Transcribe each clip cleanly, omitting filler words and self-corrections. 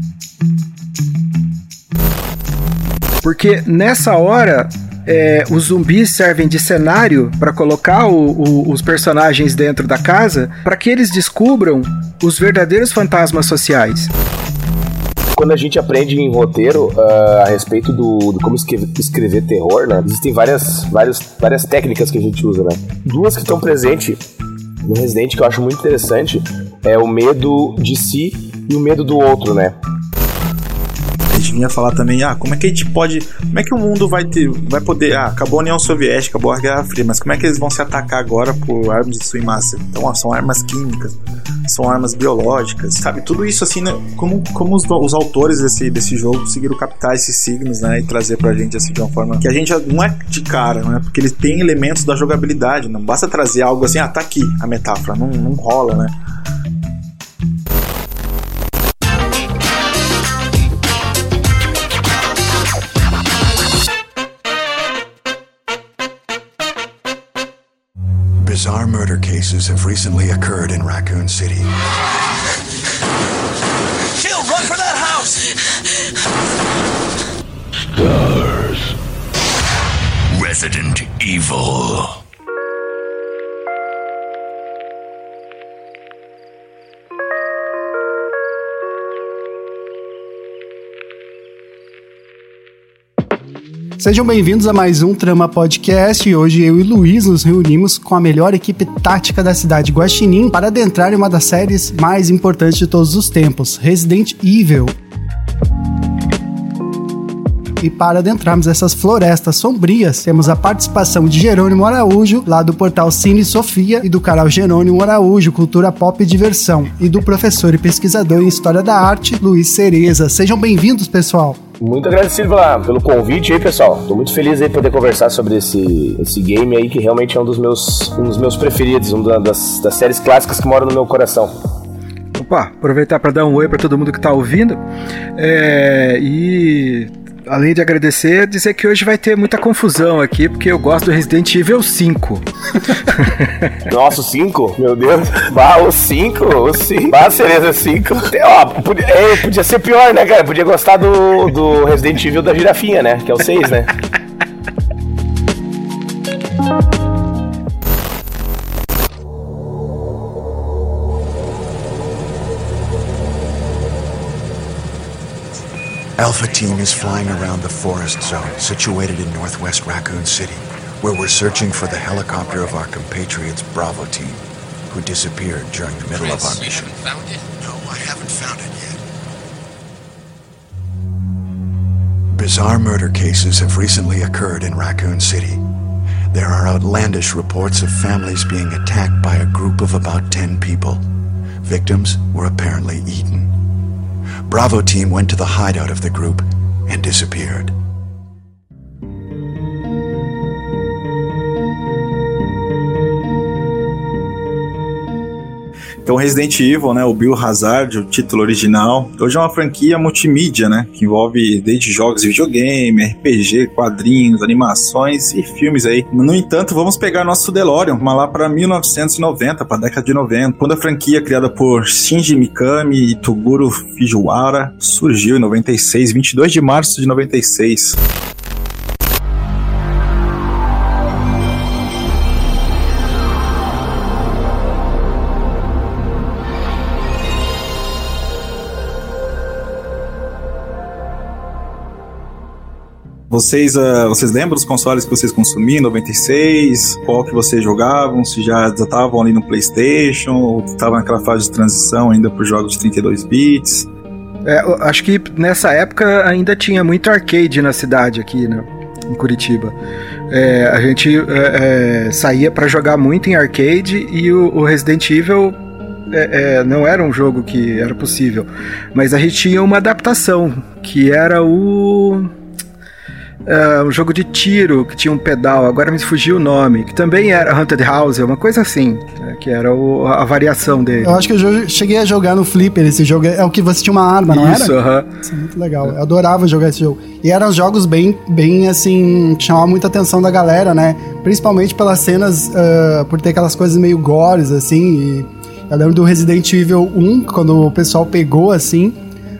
Porque nessa hora, os zumbis servem de cenário para colocar os personagens dentro da casa para que eles descubram os verdadeiros fantasmas sociais. Quando a gente aprende em roteiro a respeito do como escrever terror, né? Existem várias técnicas que a gente usa, né? Duas que estão presentes no Resident que eu acho muito interessante é o medo de si e o medo do outro, né? A gente vinha falar também, como é que a gente pode... Como é que o mundo vai poder... acabou a União Soviética, acabou a Guerra Fria, mas como é que eles vão se atacar agora por armas de destruir massa? Então, são armas químicas, são armas biológicas, sabe? Tudo isso, assim, né? Como os autores desse jogo conseguiram captar esses signos, né? E trazer pra gente, assim, de uma forma que a gente não é de cara, né? Porque eles têm elementos da jogabilidade, não basta trazer algo assim, tá aqui a metáfora, não rola, né? Bizarre murder cases have recently occurred in Raccoon City. Jill, run for that house! Stars. Resident Evil. Sejam bem-vindos a mais um Trama Podcast e hoje eu e Luiz nos reunimos com a melhor equipe tática da cidade de Guaxinim para adentrar em uma das séries mais importantes de todos os tempos, Resident Evil. E para adentrarmos essas florestas sombrias, temos a participação de Jerônimo Araújo, lá do portal Cine Sofia, e do canal Jerônimo Araújo, Cultura Pop e Diversão, e do professor e pesquisador em História da Arte, Luiz Cereza. Sejam bem-vindos, pessoal! Muito agradecido pelo convite aí, pessoal. Tô muito feliz aí de poder conversar sobre esse game aí, que realmente é um dos meus preferidos, uma das séries clássicas que moram no meu coração. Opa, aproveitar para dar um oi para todo mundo que tá ouvindo. E além de agradecer, dizer que hoje vai ter muita confusão aqui, porque eu gosto do Resident Evil 5. Nossa, o 5? Meu Deus. O 5? Cereza, 5. Podia ser pior, né, cara? Podia gostar do Resident Evil da girafinha, né? Que é o 6, né? Alpha Team is flying around the forest zone situated in northwest Raccoon City, where we're searching for the helicopter of our compatriots Bravo Team, who disappeared during the middle of our mission. Found it? No, I haven't found it yet. Bizarre murder cases have recently occurred in Raccoon City. There are outlandish reports of families being attacked by a group of about 10 people. Victims were apparently eaten. Bravo Team went to the hideout of the group and disappeared. Então, Resident Evil, né, o Biohazard, o título original, hoje é uma franquia multimídia, né, que envolve desde jogos de videogame, RPG, quadrinhos, animações e filmes aí. No entanto, vamos pegar nosso DeLorean, lá para 1990, para a década de 90, quando a franquia criada por Shinji Mikami e Toguro Fujiwara surgiu em 96, 22 de março de 96. Vocês lembram dos consoles que vocês consumiam em 96? Qual que vocês jogavam? Se já estavam ali no PlayStation? Ou estavam naquela fase de transição ainda para os jogos de 32 bits? Eu acho que nessa época ainda tinha muito arcade na cidade aqui, né, em Curitiba. A gente saía para jogar muito em arcade e o Resident Evil não era um jogo que era possível. Mas a gente tinha uma adaptação, que era um jogo de tiro que tinha um pedal, agora me fugiu o nome, que também era Haunted House, uma coisa assim, que era a variação dele. Eu acho que eu cheguei a jogar no Flipper esse jogo, é o que você tinha uma arma, não era? Isso, Isso é muito legal, eu adorava jogar esse jogo. E eram jogos bem assim, que chamavam muita atenção da galera, né? Principalmente pelas cenas, por ter aquelas coisas meio gores, assim, e eu lembro do Resident Evil 1, quando o pessoal pegou, assim,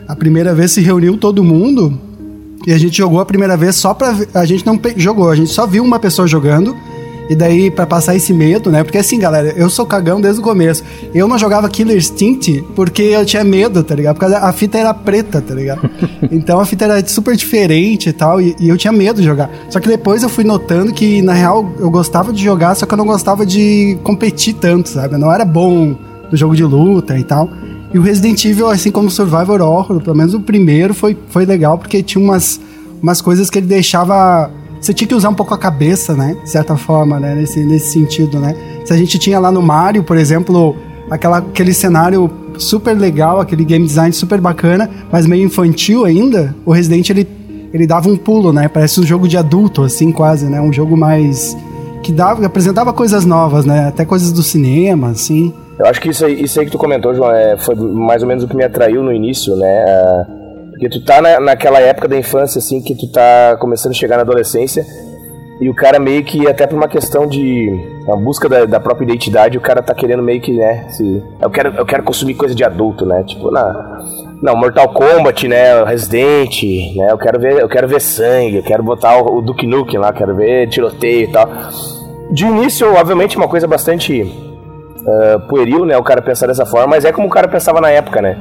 A primeira vez se reuniu todo mundo e a gente jogou a primeira vez só pra... A gente não jogou, a gente só viu uma pessoa jogando. E daí, pra passar esse medo, né? Porque assim, galera, eu sou cagão desde o começo. Eu não jogava Killer Instinct porque eu tinha medo, tá ligado? Porque a fita era preta, tá ligado? Então a fita era super diferente e tal, e eu tinha medo de jogar. Só que depois eu fui notando que, na real, eu gostava de jogar, só que eu não gostava de competir tanto, sabe? Eu não era bom no jogo de luta e tal. E o Resident Evil, assim como o Survivor Horror, pelo menos o primeiro, foi legal, porque tinha umas coisas que ele deixava... Você tinha que usar um pouco a cabeça, né? De certa forma, né? Nesse sentido, né? Se a gente tinha lá no Mario, por exemplo, aquele cenário super legal, aquele game design super bacana, mas meio infantil ainda, o Resident, ele dava um pulo, né? Parece um jogo de adulto, assim, quase, né? Um jogo mais... que apresentava coisas novas, né? Até coisas do cinema, assim. Eu acho que isso aí que tu comentou, João, foi mais ou menos o que me atraiu no início, né? Porque tu tá naquela época da infância, assim, que tu tá começando a chegar na adolescência, e o cara meio que, até por uma questão de... a busca da própria identidade, o cara tá querendo meio que, né, eu quero consumir coisa de adulto, né, tipo, não, Mortal Kombat, né, Resident, né, eu quero ver sangue, eu quero botar o Duke Nukem lá, quero ver tiroteio e tal. De início, obviamente, uma coisa bastante pueril, né, o cara pensar dessa forma, mas é como o cara pensava na época, né.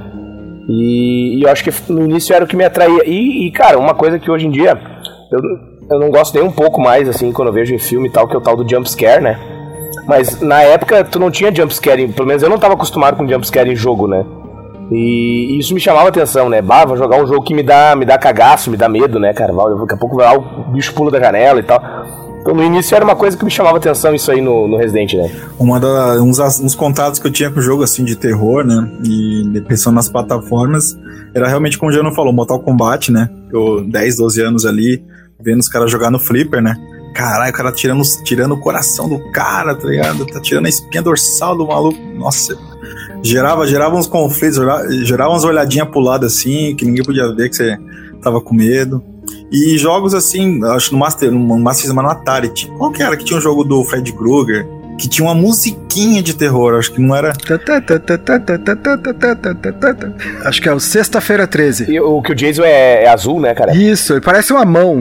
E eu acho que no início era o que me atraía. E cara, uma coisa que hoje em dia eu não gosto nem um pouco mais, assim, quando eu vejo em filme e tal, que é o tal do jumpscare, né? Mas na época tu não tinha jumpscare, pelo menos eu não tava acostumado com jumpscare em jogo, né? E isso me chamava atenção, né? Vou jogar um jogo que me dá cagaço, me dá medo, né, cara? Daqui a pouco o bicho pula da janela e tal. Então, no início era uma coisa que me chamava atenção isso aí no Resident, né? Uns contatos que eu tinha com o jogo, assim, de terror, né? E pensando nas plataformas, era realmente, como o Jano falou, Mortal Kombat, né? Eu, 10, 12 anos ali, vendo os caras jogar no Flipper, né? Caralho, o cara tirando o coração do cara, tá ligado? Tá tirando a espinha dorsal do maluco. Nossa, gerava uns conflitos, gerava umas olhadinhas pro lado, assim, que ninguém podia ver que você tava com medo. E jogos assim, acho que no Master System, no Atari, qual que era que tinha um jogo do Fred Krueger que tinha uma musiquinha de terror, acho que não era... Acho que é o Sexta-feira 13. E o que o Jason é azul, né, cara? Isso, ele parece uma mão.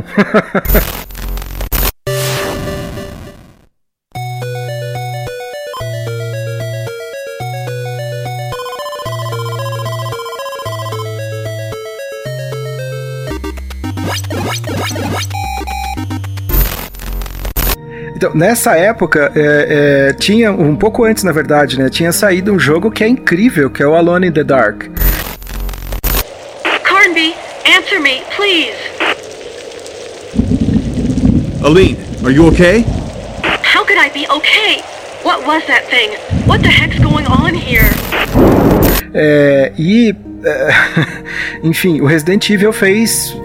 Então, nessa época, tinha, um pouco antes, na verdade, né? Tinha saído um jogo que é incrível, que é o Alone in the Dark. Carnby, answer me, please. Aline, are you okay? How could I be okay? What was that thing? What the heck's going on here? Enfim, o Resident Evil fez...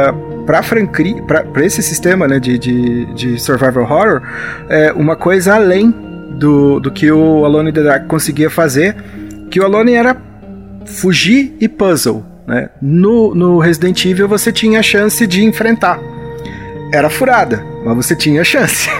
para esse sistema, né, de survival horror, uma coisa além do que o Alone in the Dark conseguia fazer, que o Alone era fugir e puzzle, né? No Resident Evil você tinha a chance de enfrentar. Era furada, mas você tinha a chance.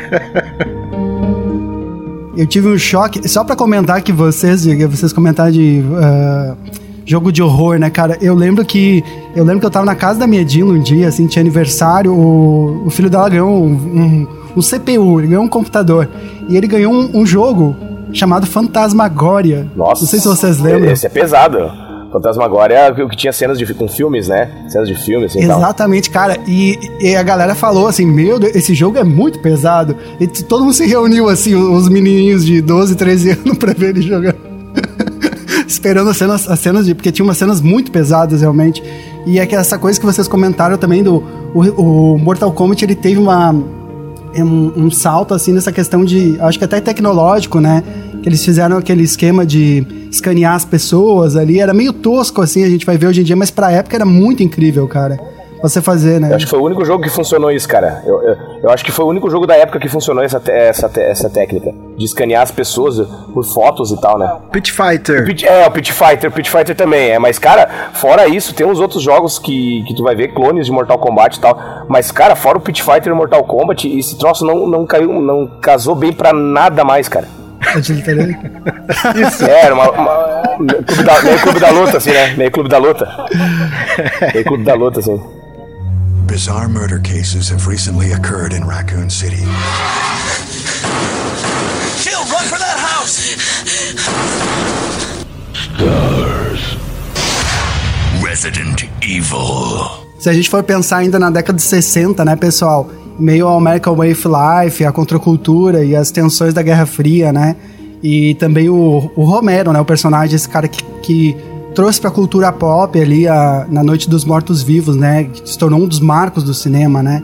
Eu tive um choque, só pra comentar que vocês comentaram de... jogo de horror, né, cara? Eu lembro que eu tava na casa da minha Dino um dia, assim, tinha aniversário, o filho dela ganhou um CPU, ele ganhou um computador, e ele ganhou um jogo chamado Fantasmagoria. Nossa, não sei se vocês lembram. Esse é pesado. Fantasmagoria é o que tinha cenas com filmes, né? Cenas de filmes, assim. Exatamente, tal. Cara. E a galera falou assim, meu Deus, esse jogo é muito pesado. E todo mundo se reuniu, assim, os menininhos de 12, 13 anos pra ver ele jogando. Esperando as cenas porque tinha umas cenas muito pesadas, realmente. E é que essa coisa que vocês comentaram também o Mortal Kombat, ele teve um salto, assim, nessa questão de, acho que até tecnológico, né? Que eles fizeram aquele esquema de escanear as pessoas ali. Era meio tosco, assim, a gente vai ver hoje em dia, mas pra época era muito incrível, cara. Você fazer, né? Eu acho que foi o único jogo que funcionou isso, cara. Eu acho que foi o único jogo da época que funcionou essa técnica de escanear as pessoas por fotos e tal, né? Pit Fighter. O Pit Fighter também. Mas, cara, fora isso, tem uns outros jogos que tu vai ver, clones de Mortal Kombat e tal. Mas, cara, fora o Pit Fighter e Mortal Kombat, esse troço não casou bem pra nada mais, cara. Isso, era meio clube da luta, assim, né? Meio clube da luta, assim. Bizarre murder cases have recently occurred in Raccoon City. Jill, run for that house! Stars. Resident Evil. Se a gente for pensar ainda na década de 60, né, pessoal? Meio ao American Way of Life, a contracultura e as tensões da Guerra Fria, né? E também o Romero, né? O personagem, esse cara que trouxe pra cultura pop ali na Noite dos Mortos-Vivos, né? Que se tornou um dos marcos do cinema, né?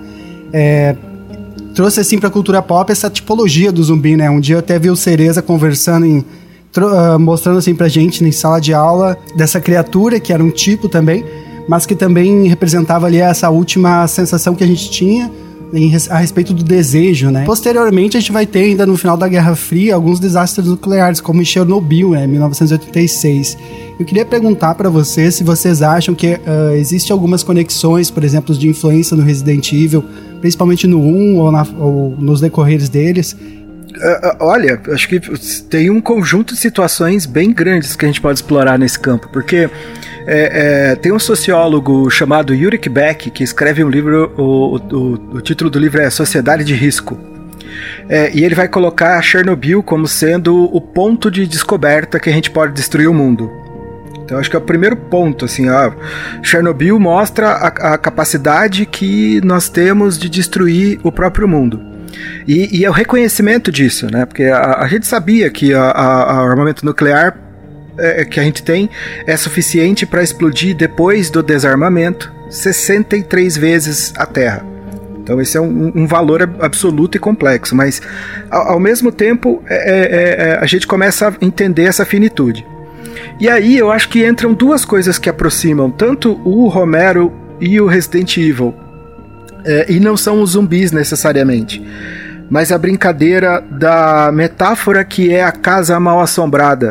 Trouxe, assim, pra cultura pop essa tipologia do zumbi, né? Um dia eu até vi o Cereza conversando mostrando, assim, pra gente, em sala de aula, dessa criatura, que era um tipo também, mas que também representava ali essa última sensação que a gente tinha a respeito do desejo, né? Posteriormente, a gente vai ter ainda no final da Guerra Fria alguns desastres nucleares, como em Chernobyl, em 1986. Eu queria perguntar para vocês se vocês acham que existem algumas conexões, por exemplo, de influência no Resident Evil, principalmente no 1 ou nos decorreres deles. Olha, acho que tem um conjunto de situações bem grandes que a gente pode explorar nesse campo, porque tem um sociólogo chamado Ulrich Beck que escreve um livro, o título do livro é Sociedade de Risco, e ele vai colocar Chernobyl como sendo o ponto de descoberta que a gente pode destruir o mundo. Então acho que é o primeiro ponto, assim, Chernobyl mostra a capacidade que nós temos de destruir o próprio mundo. E é o reconhecimento disso, né? Porque a gente sabia que o armamento nuclear que a gente tem é suficiente para explodir depois do desarmamento 63 vezes a Terra. Então esse é um valor absoluto e complexo, mas ao mesmo tempo a gente começa a entender essa finitude. E aí eu acho que entram duas coisas que aproximam tanto o Romero e o Resident Evil, e não são os zumbis necessariamente, mas a brincadeira da metáfora que é a casa mal assombrada.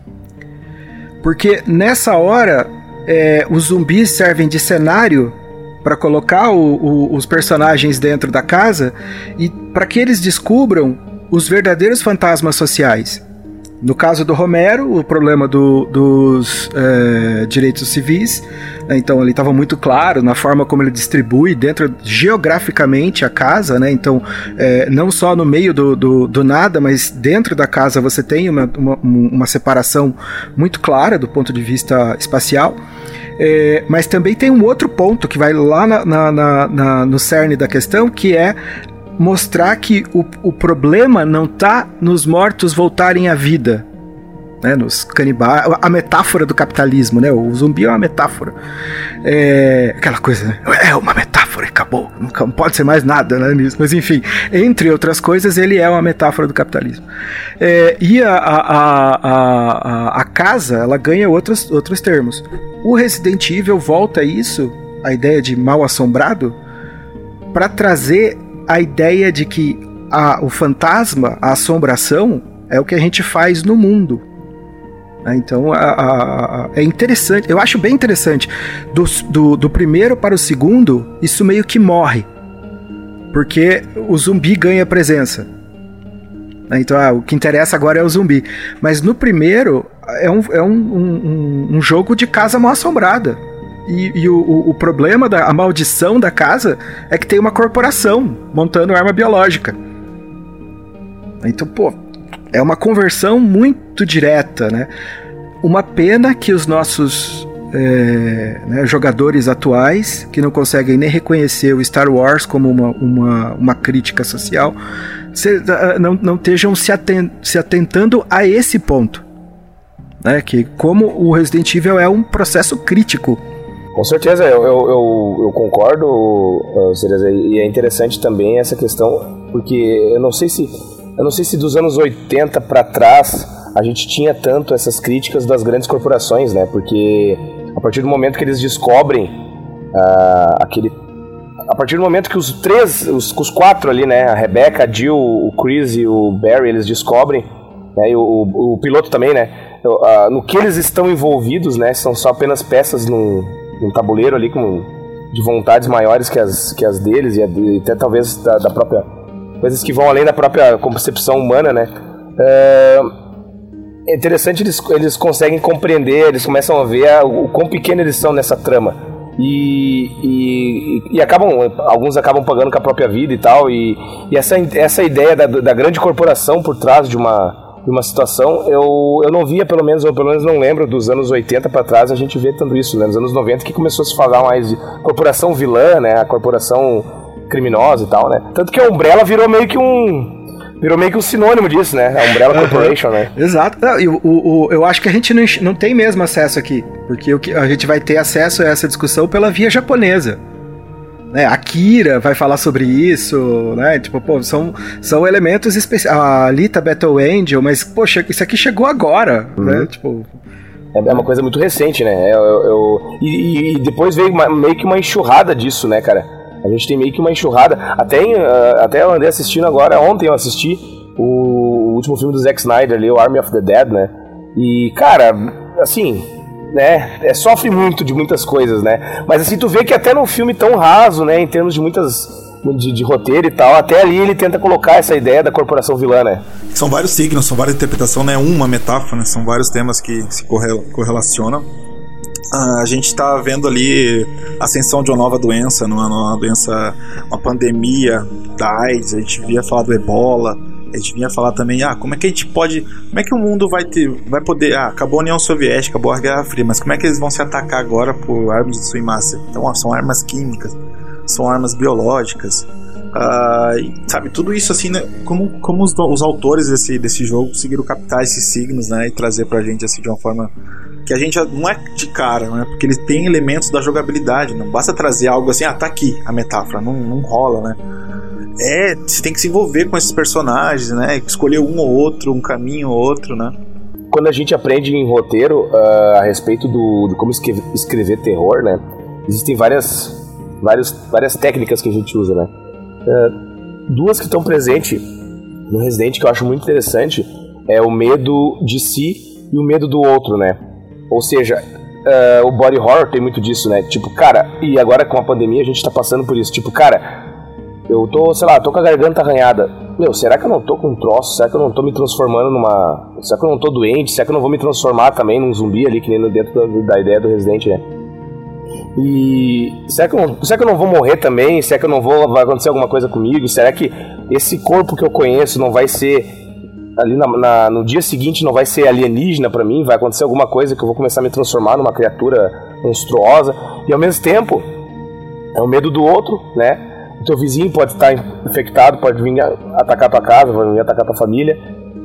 Porque nessa hora os zumbis servem de cenário para colocar os personagens dentro da casa e para que eles descubram os verdadeiros fantasmas sociais. No caso do Romero, o problema dos direitos civis, né? Então ele estava muito claro na forma como ele distribui geograficamente a casa, né? Então não só no meio do nada, mas dentro da casa você tem uma separação muito clara do ponto de vista espacial. Mas também tem um outro ponto que vai lá no cerne da questão, que é mostrar que o problema não está nos mortos voltarem à vida, né, nos canibais, a metáfora do capitalismo, né, o zumbi é uma metáfora, aquela coisa, né, é uma metáfora e acabou, não pode ser mais nada, né, nisso. Mas enfim, entre outras coisas, ele é uma metáfora do capitalismo. E a casa, ela ganha outros termos. O Resident Evil volta a isso, a ideia de mal assombrado, para trazer a ideia de que o fantasma, a assombração, é o que a gente faz no mundo. Então é interessante, eu acho bem interessante. Do primeiro para o segundo, isso meio que morre, porque o zumbi ganha presença. Então o que interessa agora é o zumbi. Mas no primeiro é um jogo de casa mal assombrada. E o problema, a maldição da casa é que tem uma corporação montando arma biológica. Então, é uma conversão muito direta, né? Uma pena que os nossos jogadores atuais, que não conseguem nem reconhecer o Star Wars como uma crítica social, não estejam se atentando a esse ponto, né? Que como o Resident Evil é um processo crítico. Com certeza, eu concordo, Cereza, e é interessante também essa questão, porque eu não sei se dos anos 80 para trás a gente tinha tanto essas críticas das grandes corporações, né? Porque a partir do momento que eles descobrem a partir do momento que os quatro ali, né? A Rebecca, a Jill, o Chris e o Barry, eles descobrem, né? E o piloto também, né? No que eles estão envolvidos, né? São só apenas peças num tabuleiro ali de vontades maiores que as deles e até talvez da própria, coisas que vão além da própria concepção humana, né? É interessante, eles conseguem compreender, eles começam a ver o quão pequeno eles são nessa trama. E alguns acabam pagando com a própria vida e tal. E essa ideia da grande corporação por trás de uma situação, eu não via, pelo menos não lembro dos anos 80 para trás, a gente vê tanto isso, né? Nos anos 90 que começou a se falar mais de corporação vilã, né? A corporação criminosa e tal, né? Tanto que a Umbrella virou meio que um sinônimo disso, né? A Umbrella Corporation, né? Exato. Eu acho que a gente não tem mesmo acesso aqui, porque a gente vai ter acesso a essa discussão pela via japonesa. Né? A Kira vai falar sobre isso, né? Tipo, pô, são elementos especiais. A Alita Battle Angel, mas, poxa, isso aqui chegou agora, né? Tipo... É uma coisa muito recente, né? E depois veio meio que uma enxurrada disso, né, cara? A gente tem meio que uma enxurrada. Até eu andei assistindo agora, ontem eu assisti o último filme do Zack Snyder ali, o Army of the Dead, né? E, cara, assim, né? Sofre muito de muitas coisas, né? Mas assim, tu vê que até num filme tão raso, né? Em termos de roteiro e tal, até ali ele tenta colocar essa ideia da corporação vilã, né? São vários signos, são várias interpretações, né? Uma metáfora, né? São vários temas que se correlacionam. A gente está vendo ali a ascensão de uma nova doença, uma pandemia da AIDS. A gente via falar do Ebola, a gente vinha falar também, como é que o mundo vai poder, acabou a União Soviética, acabou a Guerra Fria, mas como é que eles vão se atacar agora por armas de destruição em massa? Então, são armas químicas, são armas biológicas, sabe, tudo isso assim, né, como os autores desse jogo conseguiram captar esses signos, né, e trazer pra gente assim de uma forma que a gente não é de cara, né? Porque ele tem elementos da jogabilidade, não basta trazer algo assim, tá aqui a metáfora, não rola, né? Você tem que se envolver com esses personagens, né? Escolher um ou outro, um caminho ou outro, né? Quando a gente aprende em roteiro a respeito de como escrever terror, né? Existem várias técnicas que a gente usa, né? Duas que estão presentes no Resident que eu acho muito interessante é o medo de si e o medo do outro, né? Ou seja, o body horror tem muito disso, né? Tipo, cara, e agora com a pandemia a gente tá passando por isso. Tipo, cara, eu tô com a garganta arranhada. Meu, será que eu não tô com um troço? Será que eu não tô me transformando será que eu não tô doente? Será que eu não vou me transformar também num zumbi ali, que nem dentro da ideia do Resident, né? E será que eu não vou morrer também? Será que vai acontecer alguma coisa comigo? Será que esse corpo que eu conheço não vai ser... ali no dia seguinte não vai ser alienígena pra mim, vai acontecer alguma coisa que eu vou começar a me transformar numa criatura monstruosa, e ao mesmo tempo é o medo do outro, né? O teu vizinho pode estar infectado, pode vir atacar tua casa, pode vir atacar tua família,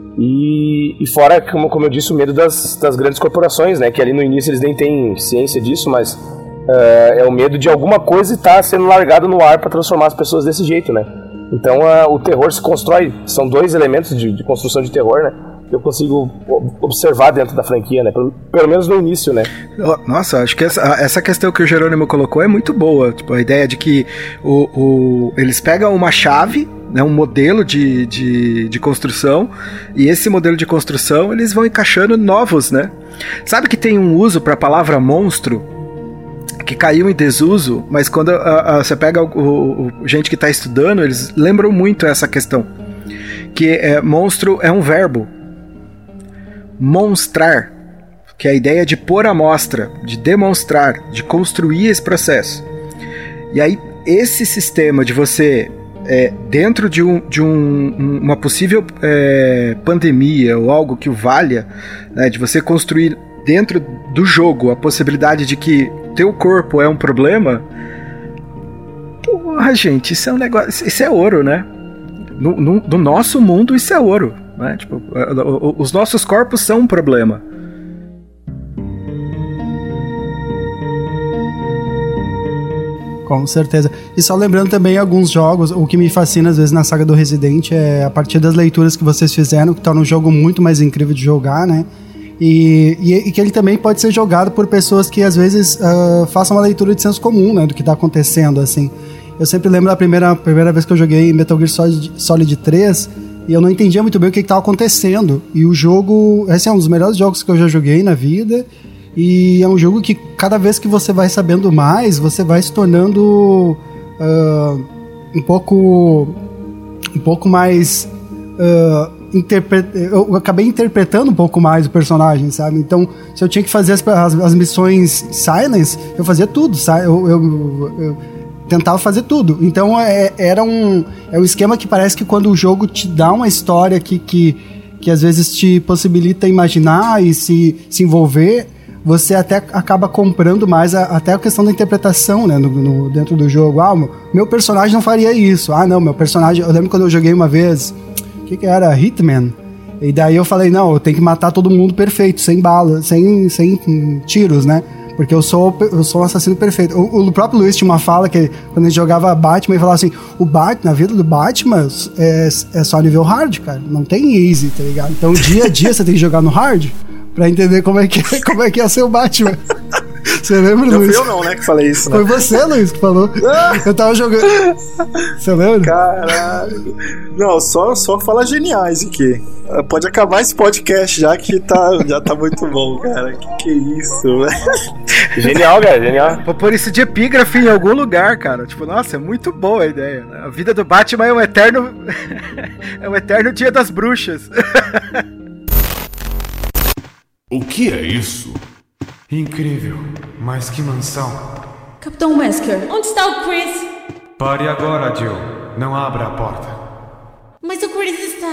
e fora, como eu disse, o medo das grandes corporações, né? Que ali no início eles nem têm ciência disso, mas é o medo de alguma coisa estar sendo largado no ar pra transformar as pessoas desse jeito, né? Então o terror se constrói, são dois elementos de construção de terror, né? Que eu consigo observar dentro da franquia, né? Pelo menos no início, né? Nossa, acho que essa questão que o Jerônimo colocou é muito boa. Tipo, a ideia de que eles pegam uma chave, né, um modelo de construção, e esse modelo de construção eles vão encaixando novos, né? Sabe que tem um uso para a palavra monstro que caiu em desuso, mas quando você pega gente que está estudando, eles lembram muito essa questão, que monstro é um verbo, monstrar, que é a ideia de pôr à mostra, de demonstrar, de construir esse processo. E aí esse sistema de você dentro de uma possível pandemia ou algo que o valha, né, de você construir dentro do jogo a possibilidade de que teu corpo é um problema, porra, gente, isso é um negócio, isso é ouro, né? No nosso mundo isso é ouro, né? Tipo, os nossos corpos são um problema. Com certeza. E só lembrando também alguns jogos, o que me fascina às vezes na saga do Resident é a partir das leituras que vocês fizeram, que torna um jogo muito mais incrível de jogar, né? E que ele também pode ser jogado por pessoas que às vezes façam uma leitura de senso comum, né, do que está acontecendo, assim. Eu sempre lembro da primeira vez que eu joguei Metal Gear Solid 3 e eu não entendia muito bem o que estava acontecendo. E o jogo, esse é um dos melhores jogos que eu já joguei na vida, e é um jogo que cada vez que você vai sabendo mais, você vai se tornando um pouco mais... eu acabei interpretando um pouco mais o personagem, sabe? Então, se eu tinha que fazer as missões Silence, eu fazia tudo, sabe? Eu tentava fazer tudo. Então, é um esquema que parece que quando o jogo te dá uma história que às vezes te possibilita imaginar e se envolver, você até acaba comprando mais até a questão da interpretação, né, dentro do jogo. Meu personagem não faria isso. Não, meu personagem... Eu lembro quando eu joguei uma vez... O que era? Hitman. E daí eu falei, não, eu tenho que matar todo mundo perfeito, sem bala, sem tiros, né? Porque eu sou um assassino perfeito. O próprio Luiz tinha uma fala que quando ele jogava Batman, ele falava assim, na vida do Batman é só nível hard, cara. Não tem easy, tá ligado? Então dia a dia você tem que jogar no hard pra entender como é que é o seu Batman. Você lembra, Luiz? Não fui eu não, né, que falei isso, né? Foi você, Luiz, que falou. Eu tava jogando... Você lembra? Caralho. Não, só fala geniais aqui. Pode acabar esse podcast já que já tá muito bom, cara. Que é isso, velho? Genial, cara, genial. Vou pôr isso de epígrafe em algum lugar, cara. Tipo, nossa, é muito boa a ideia. A vida do Batman é um eterno... é um eterno dia das bruxas. O que é isso? Incrível, mas que mansão. Capitão Wesker, onde está o Chris? Pare agora, Jill. Não abra a porta. Mas o Chris está...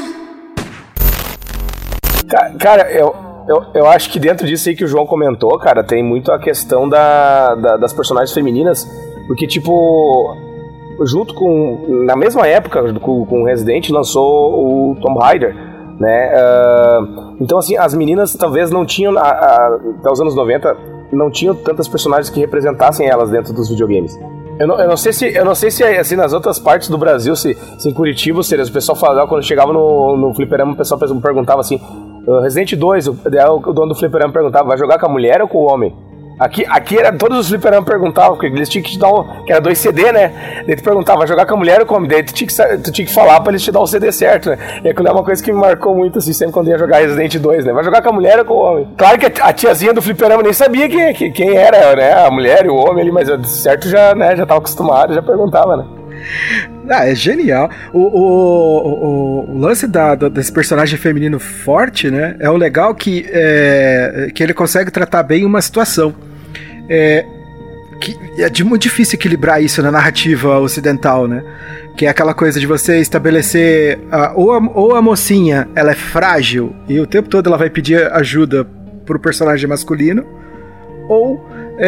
Cara, eu acho que dentro disso aí que o João comentou, cara, tem muito a questão das personagens femininas, porque, tipo, junto com... Na mesma época, com o Resident, lançou o Tomb Raider, né? Então, assim, as meninas talvez não tinham, até os anos 90, não tinham tantas personagens que representassem elas dentro dos videogames. Eu não sei se assim, nas outras partes do Brasil, se em Curitiba, o pessoal falava, quando chegava no fliperama, o pessoal perguntava assim, Resident 2, o dono do fliperama perguntava, vai jogar com a mulher ou com o homem? Aqui era, todos os fliperamas perguntavam, porque eles tinham que te dar que era 2 CD, né? Daí tu perguntava, vai jogar com a mulher ou com o homem? Daí tu tinha que falar pra eles te dar o CD certo, né? E aquilo é uma coisa que me marcou muito, assim, sempre quando ia jogar Resident 2, né? Vai jogar com a mulher ou com o homem? Claro que a tiazinha do fliperama nem sabia quem era, né? A mulher e o homem ali, mas certo já, né? Já tava acostumado, já perguntava, né? É genial. O lance desse personagem feminino forte, né? É o legal que ele consegue tratar bem uma situação. Que é muito difícil equilibrar isso na narrativa ocidental, né? Que é aquela coisa de você estabelecer ou a mocinha, ela é frágil e o tempo todo ela vai pedir ajuda pro personagem masculino, ou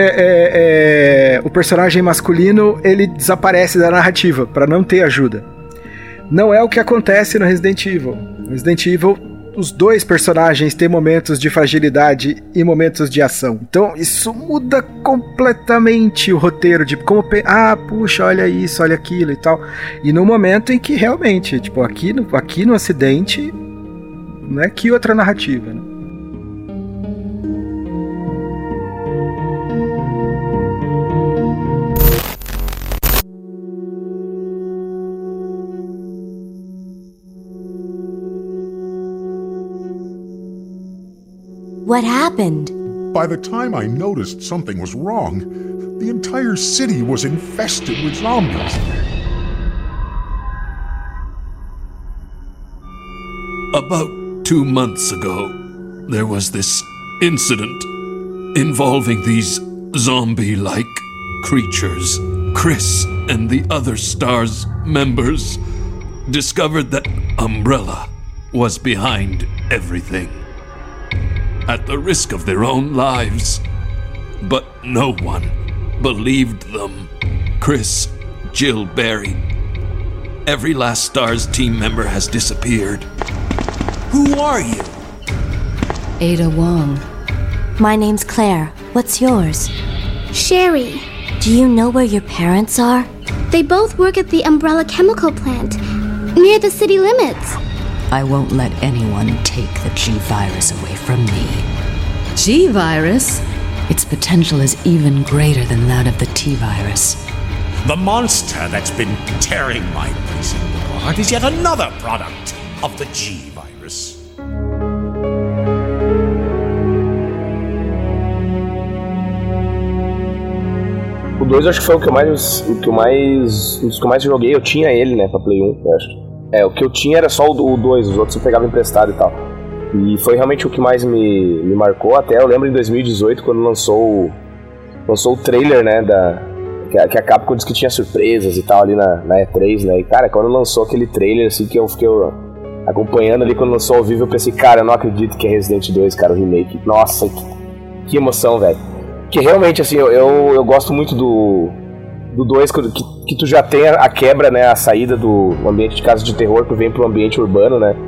o personagem masculino ele desaparece da narrativa para não ter ajuda. Não é o que acontece no Resident Evil. No Resident Evil, os dois personagens têm momentos de fragilidade e momentos de ação. Então isso muda completamente o roteiro de como puxa, olha isso, olha aquilo e tal. E no momento em que realmente, tipo, aqui no Ocidente, né, que outra narrativa, né? What happened? By the time I noticed something was wrong, the entire city was infested with zombies. About 2 months ago, there was this incident involving these zombie-like creatures. Chris and the other STARS members discovered that Umbrella was behind everything, at the risk of their own lives. But no one believed them. Chris, Jill, Barry. Every last STARS team member has disappeared. Who are you? Ada Wong. My name's Claire. What's yours? Sherry. Do you know where your parents are? They both work at the Umbrella Chemical Plant, near the city limits. I won't let anyone take the G-Virus away from me. G-Virus? Its potential is even greater than that of the T-Virus. The monster that's been tearing my precinct apart is yet another product of the G-Virus. O 2 acho que foi um dos que eu mais joguei. Eu tinha ele, né, pra Play 1, eu acho. O que eu tinha era só o 2, os outros eu pegava emprestado e tal. E foi realmente o que mais me marcou. Até eu lembro em 2018, quando lançou o trailer, né, que a Capcom disse que tinha surpresas e tal ali na E3, né? E, cara, quando lançou aquele trailer, assim, que eu fiquei acompanhando ali, quando lançou ao vivo, eu pensei, cara, eu não acredito que é Resident 2, cara, o remake. Nossa, que emoção, velho. Que realmente, assim, eu gosto muito do 2, que tu já tem a quebra, né, a saída do ambiente de casa de terror, tu vem pro ambiente urbano, né?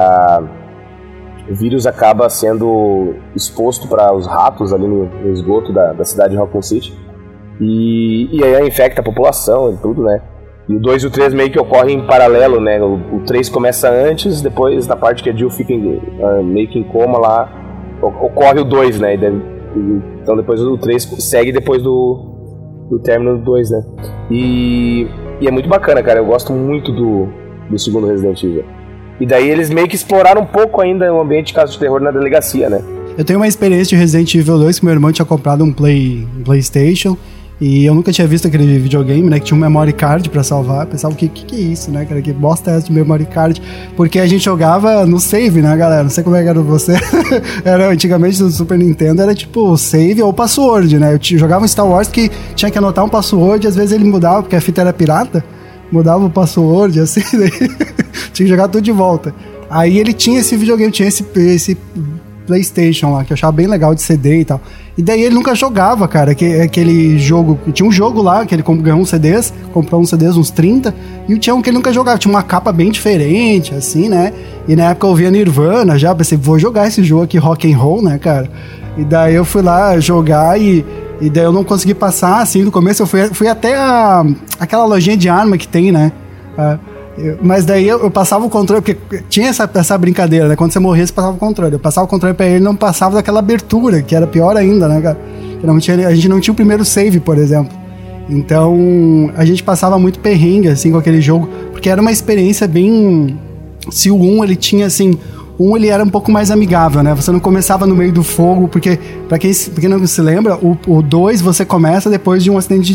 O vírus acaba sendo exposto para os ratos ali no esgoto da cidade de Raccoon City. E aí infecta a população e tudo, né? E o 2 e o 3 meio que ocorrem em paralelo, né? O 3 começa antes, depois na parte que a Jill fica meio que em coma lá, ocorre o 2, né? Então depois o 3 segue depois do término do 2, né? E é muito bacana, cara. Eu gosto muito do segundo Resident Evil. E daí eles meio que exploraram um pouco ainda o ambiente de casa de terror na delegacia, né? Eu tenho uma experiência de Resident Evil 2 que meu irmão tinha comprado um PlayStation e eu nunca tinha visto aquele videogame, né? Que tinha um memory card pra salvar. Eu pensava, o que é isso, né, cara? Que bosta é essa de memory card? Porque a gente jogava no save, né, galera? Não sei como é que era você. Era antigamente no Super Nintendo, era tipo save ou password, né? Eu jogava um Star Wars que tinha que anotar um password e às vezes ele mudava, porque a fita era pirata. Mudava o password, assim, daí tinha que jogar tudo de volta. Aí ele tinha esse videogame, tinha esse PlayStation lá, que eu achava bem legal de CD e tal. E daí ele nunca jogava, cara, aquele jogo. Tinha um jogo lá, que ele ganhou uns CDs, comprou uns CDs, uns 30, e tinha um que ele nunca jogava, tinha uma capa bem diferente, assim, né? E na época eu ouvia Nirvana já, pensei, vou jogar esse jogo aqui, rock and roll, né, cara? E daí eu fui lá jogar e daí eu não consegui passar, assim, no começo eu fui até aquela lojinha de arma que tem, né? Mas daí eu passava o controle, porque tinha essa brincadeira, né? Quando você morria, você passava o controle. Eu passava o controle pra ele e não passava daquela abertura, que era pior ainda, né, cara? A gente não tinha o primeiro save, por exemplo. Então, a gente passava muito perrengue, assim, com aquele jogo, porque era uma experiência bem... Se o 1, ele tinha, assim... ele era um pouco mais amigável, né? Você não começava no meio do fogo, porque, pra quem não se lembra, o 2 você começa depois de um acidente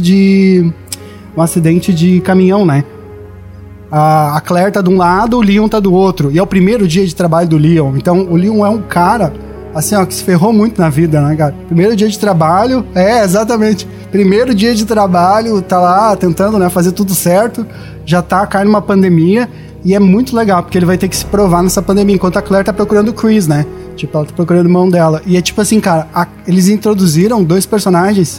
de caminhão, né? A Claire tá de um lado, o Leon tá do outro. E é o primeiro dia de trabalho do Leon. Então, o Leon é um cara, assim, ó, que se ferrou muito na vida, né, cara? Primeiro dia de trabalho, exatamente. Primeiro dia de trabalho, tá lá tentando, né, fazer tudo certo. Já tá caindo uma pandemia. E é muito legal, porque ele vai ter que se provar nessa pandemia, enquanto a Claire tá procurando o Chris, né? Tipo, ela tá procurando o irmão dela. E é tipo assim, cara, eles introduziram 2 personagens...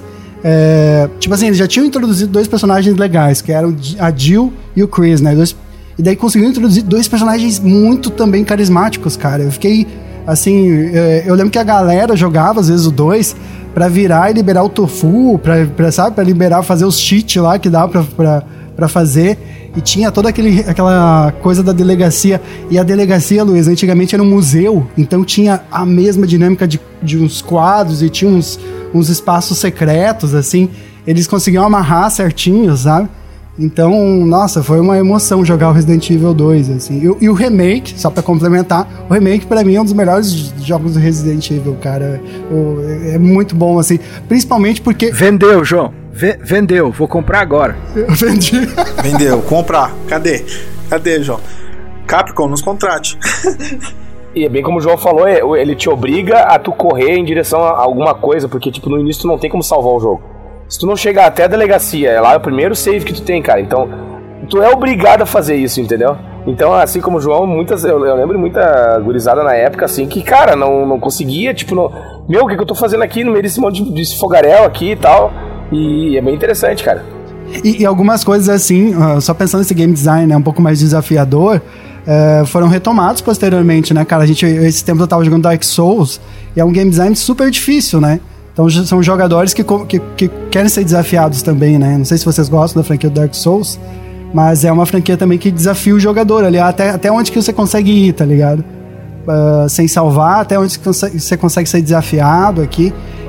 tipo assim, eles já tinham introduzido 2 personagens legais, que eram a Jill e o Chris, né? E daí conseguiram introduzir 2 personagens muito também carismáticos, cara. Eu fiquei, assim... eu lembro que a galera jogava, às vezes, o 2 pra virar e liberar o tofu, pra liberar, fazer os cheats lá que dá pra fazer... E tinha toda aquela coisa da delegacia. E a delegacia, Luiz, antigamente era um museu. Então tinha a mesma dinâmica de uns quadros e tinha uns espaços secretos, assim. Eles conseguiam amarrar certinho, sabe? Então, nossa, foi uma emoção jogar o Resident Evil 2, assim. E o remake, só pra complementar, o remake pra mim é um dos melhores jogos do Resident Evil, cara. É muito bom, assim. Principalmente porque... Vendeu, João. Vendeu, vou comprar agora. Eu vendi. Vendeu, comprar. Cadê, João? Capcom, nos contrate. E é bem como o João falou, ele te obriga a tu correr em direção a alguma coisa, porque tipo, no início tu não tem como salvar o jogo. Se tu não chegar até a delegacia, lá é o primeiro save que tu tem, cara. Então, tu é obrigado a fazer isso, entendeu? Então, assim como o João, eu lembro muita gurizada na época, assim, que, cara, não conseguia, tipo, meu, o que eu tô fazendo aqui no meio desse monte de fogaréu aqui e tal. E é bem interessante, cara. E algumas coisas assim, só pensando nesse game design, né, um pouco mais desafiador, foram retomados posteriormente, né, cara? Esse tempo eu tava jogando Dark Souls, e é um game design super difícil, né? Então são jogadores que querem ser desafiados também, né? Não sei se vocês gostam da franquia do Dark Souls, mas é uma franquia também que desafia o jogador ali, até onde que você consegue ir, tá ligado? Sem salvar, até onde você consegue ser desafiado aqui.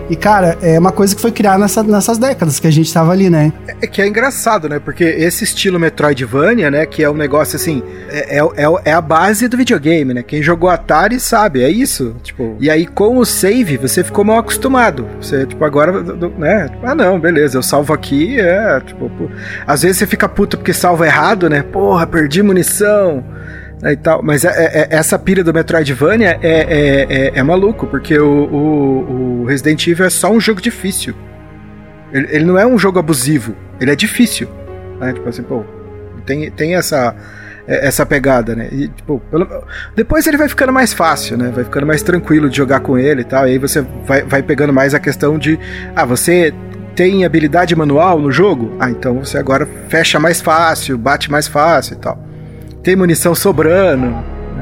E, cara, é uma coisa que foi criada nessas décadas que a gente tava ali, né? É que é engraçado, né? Porque esse estilo Metroidvania, né? Que é um negócio assim, é a base do videogame, né? Quem jogou Atari sabe, é isso. Tipo, e aí com o save, você ficou mal acostumado. Você, tipo, agora, né? Ah, não, beleza, eu salvo aqui, tipo, às vezes você fica puto porque salva errado, né? Porra, perdi munição. E tal, mas essa pira do Metroidvania é maluco, porque o Resident Evil é só um jogo difícil. Ele não é um jogo abusivo, ele é difícil, né? Tipo assim, pô, tem essa pegada, né? E, tipo, depois ele vai ficando mais fácil, né? Vai ficando mais tranquilo de jogar com ele e tal, e aí você vai pegando mais a questão de, você tem habilidade manual no jogo? Então você agora fecha mais fácil, bate mais fácil e tal. Tem munição sobrando.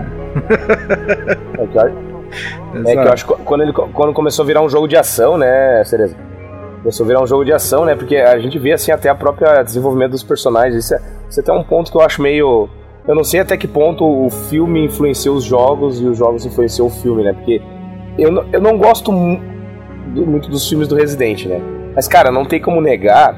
Que eu acho que quando começou a virar um jogo de ação, né, Cereza? Começou a virar um jogo de ação, né? Porque a gente vê, assim, até a própria desenvolvimento dos personagens. Isso é até um ponto que eu acho meio... Eu não sei até que ponto o filme influenciou os jogos e os jogos influenciou o filme, né? Porque eu não gosto muito dos filmes do Resident, né? Mas, cara, não tem como negar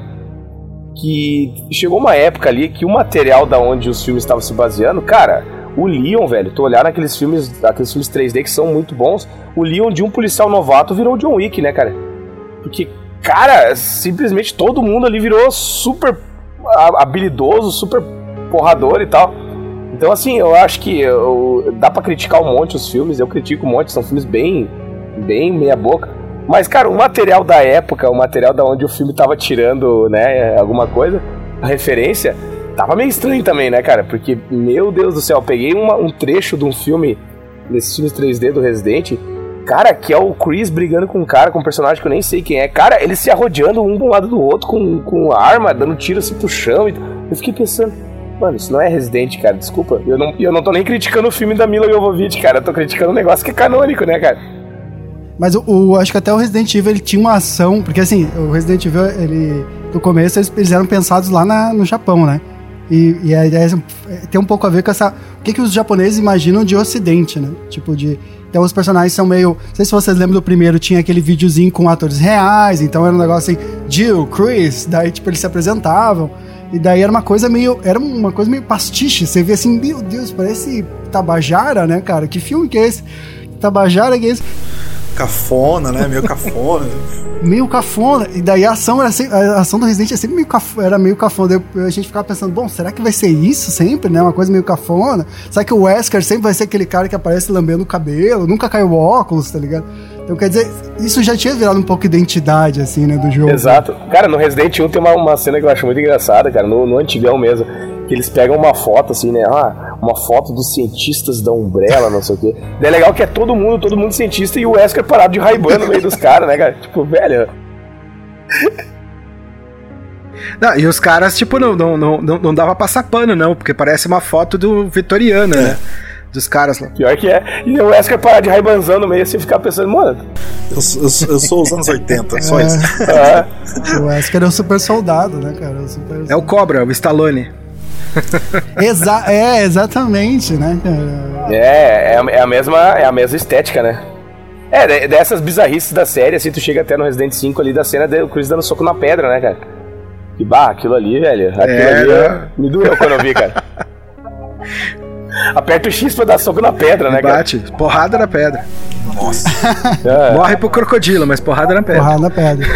que chegou uma época ali que o material da onde os filmes estavam se baseando, cara, o Leon, velho, tu olhar naqueles filmes 3D que são muito bons, o Leon de um policial novato virou o John Wick, né, cara? Porque, cara, simplesmente todo mundo ali virou super habilidoso, super porrador e tal. Então, assim, eu acho que dá pra criticar um monte os filmes, eu critico um monte, são filmes bem meia boca. Mas, cara, o material da época, o material da onde o filme tava tirando, né, alguma coisa, a referência, tava meio estranho também, né, cara? Porque, meu Deus do céu, eu peguei um trecho de um filme, desses filmes 3D do Resident, cara, que é o Chris brigando com um cara, com um personagem que eu nem sei quem é. Cara, eles se arrodeando um de um lado do outro com arma, dando tiro assim pro chão. Eu fiquei pensando, mano, isso não é Resident, cara, desculpa. Eu não tô nem criticando o filme da Mila Jovovich, cara, eu tô criticando um negócio que é canônico, né, cara? Mas acho que até o Resident Evil ele tinha uma ação, porque assim, o Resident Evil, no começo eles eram pensados lá no Japão, né? E a ideia tem um pouco a ver com o que os japoneses imaginam de Ocidente, né? Tipo então os personagens são meio... Não sei se vocês lembram do primeiro, tinha aquele videozinho com atores reais, então era um negócio assim, Jill, Chris, daí tipo eles se apresentavam, e daí era uma coisa meio pastiche, você vê assim, meu Deus, parece Tabajara, né, cara? Que filme que é esse? Tabajara que é esse? Cafona, né? Meio cafona. Meio cafona. E daí a ação do Resident é sempre era meio cafona. A gente ficava pensando, bom, será que vai ser isso sempre, né? Uma coisa meio cafona? Será que o Wesker sempre vai ser aquele cara que aparece lambendo o cabelo? Nunca caiu o óculos, tá ligado? Então, quer dizer, isso já tinha virado um pouco identidade, assim, né, do jogo. Exato. Cara, no Resident 1 tem uma cena que eu acho muito engraçada, cara, no antigão mesmo, que eles pegam uma foto, assim, né, uma foto dos cientistas da Umbrella, não sei o quê. Daí é legal que é todo mundo cientista e o Wesker parado de Ray-Ban no meio dos caras, né, cara? Tipo, velho... Não, e os caras, tipo, não dava pra passar pano, não, porque parece uma foto do Vitoriano, né? Dos caras lá. Pior que é. E o Wesker parar de Ray-Banzão no meio assim, ficar pensando, mano... Eu sou os anos 80, só isso. O Wesker é o super soldado, né, cara? É o Cobra, o Stallone. Exatamente, né, cara? É a mesma estética, né? Dessas bizarrices da série, assim, tu chega até no Resident 5 ali da cena do Chris dando soco na pedra, né, cara? E aquilo ali, velho, me doeu quando eu vi, cara. Aperta o X pra dar soco na pedra, né, cara? Bate, porrada na pedra. Nossa. Morre pro crocodilo, mas porrada na pedra. Porrada na pedra.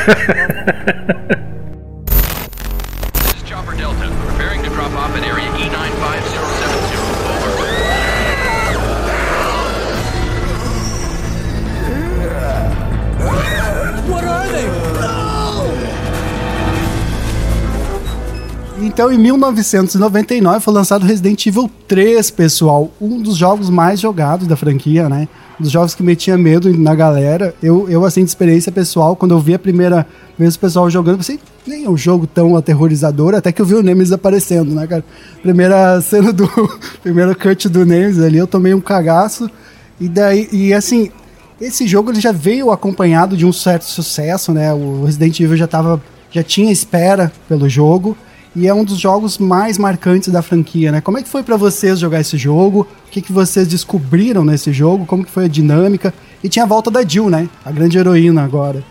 Então, em 1999 foi lançado Resident Evil 3, pessoal. Um dos jogos mais jogados da franquia, né? Um dos jogos que metia medo na galera. Eu assim, de experiência pessoal, quando eu vi a primeira vez o pessoal jogando, eu pensei, nem é um jogo tão aterrorizador, até que eu vi o Nemesis aparecendo, né, cara? Primeira cena primeiro cut do Nemesis ali, eu tomei um cagaço. E assim, esse jogo ele já veio acompanhado de um certo sucesso, né? O Resident Evil já tinha espera pelo jogo. E é um dos jogos mais marcantes da franquia, né? Como é que foi pra vocês jogar esse jogo? O que vocês descobriram nesse jogo? Como que foi a dinâmica? E tinha a volta da Jill, né? A grande heroína agora.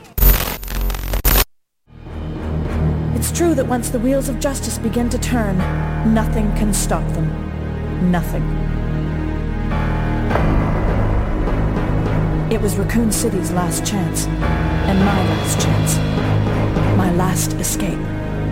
It's true that once the wheels of justice begin to turn, nothing can stop them. Nothing. It was Raccoon City's last chance, and my last chance. My last escape.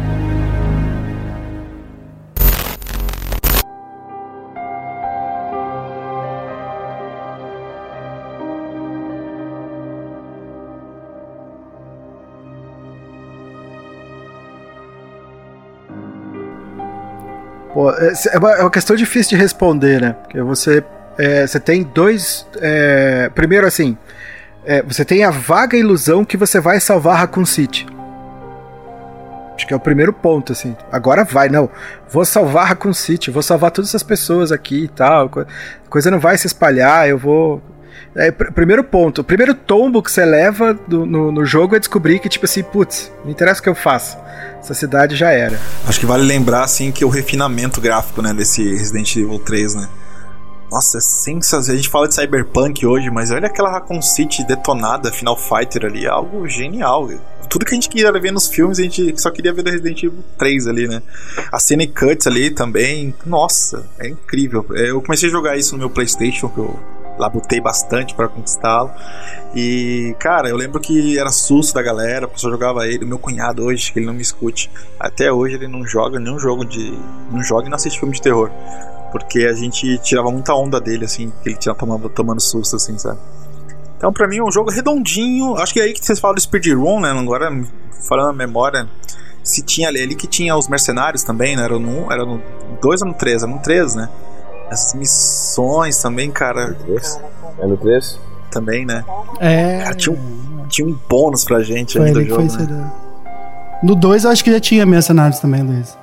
Pô, é uma questão difícil de responder, né? Porque você tem dois... primeiro, assim, você tem a vaga ilusão que você vai salvar Raccoon City. Acho que é o primeiro ponto, assim. Agora vai, não. Vou salvar Raccoon City, vou salvar todas essas pessoas aqui e tal. A coisa não vai se espalhar, eu vou... primeiro ponto. O primeiro tombo que você leva no jogo é descobrir que, tipo assim, putz, não interessa o que eu faço. Essa cidade já era. Acho que vale lembrar, assim, que o refinamento gráfico, né, desse Resident Evil 3, né? Nossa, é sensacional. A gente fala de Cyberpunk hoje, mas olha aquela Raccoon City detonada, Final Fighter ali, é algo genial. Tudo que a gente queria ver nos filmes, a gente só queria ver do Resident Evil 3 ali, né? A cena e cuts ali também, nossa, é incrível. Eu comecei a jogar isso no meu PlayStation, que eu labutei bastante pra conquistá-lo. E, cara, eu lembro que era susto da galera, a pessoa jogava ele. Meu cunhado hoje, que ele não me escute, até hoje ele não joga nenhum jogo não joga e não assiste filme de terror, porque a gente tirava muita onda dele, assim, que ele tinha tomando susto, assim, sabe? Então, pra mim, é um jogo redondinho. Acho que é aí que vocês falam do speedrun, né? Agora, falando a memória, se tinha ali que tinha os mercenários também, né? Era no 2 ou no 3? Era no 3, né? Essas missões também, cara. É no 3? Também, né? Cara, tinha um bônus pra gente ali do jogo, né? No 2 eu acho que já tinha mercenários também, Luiz.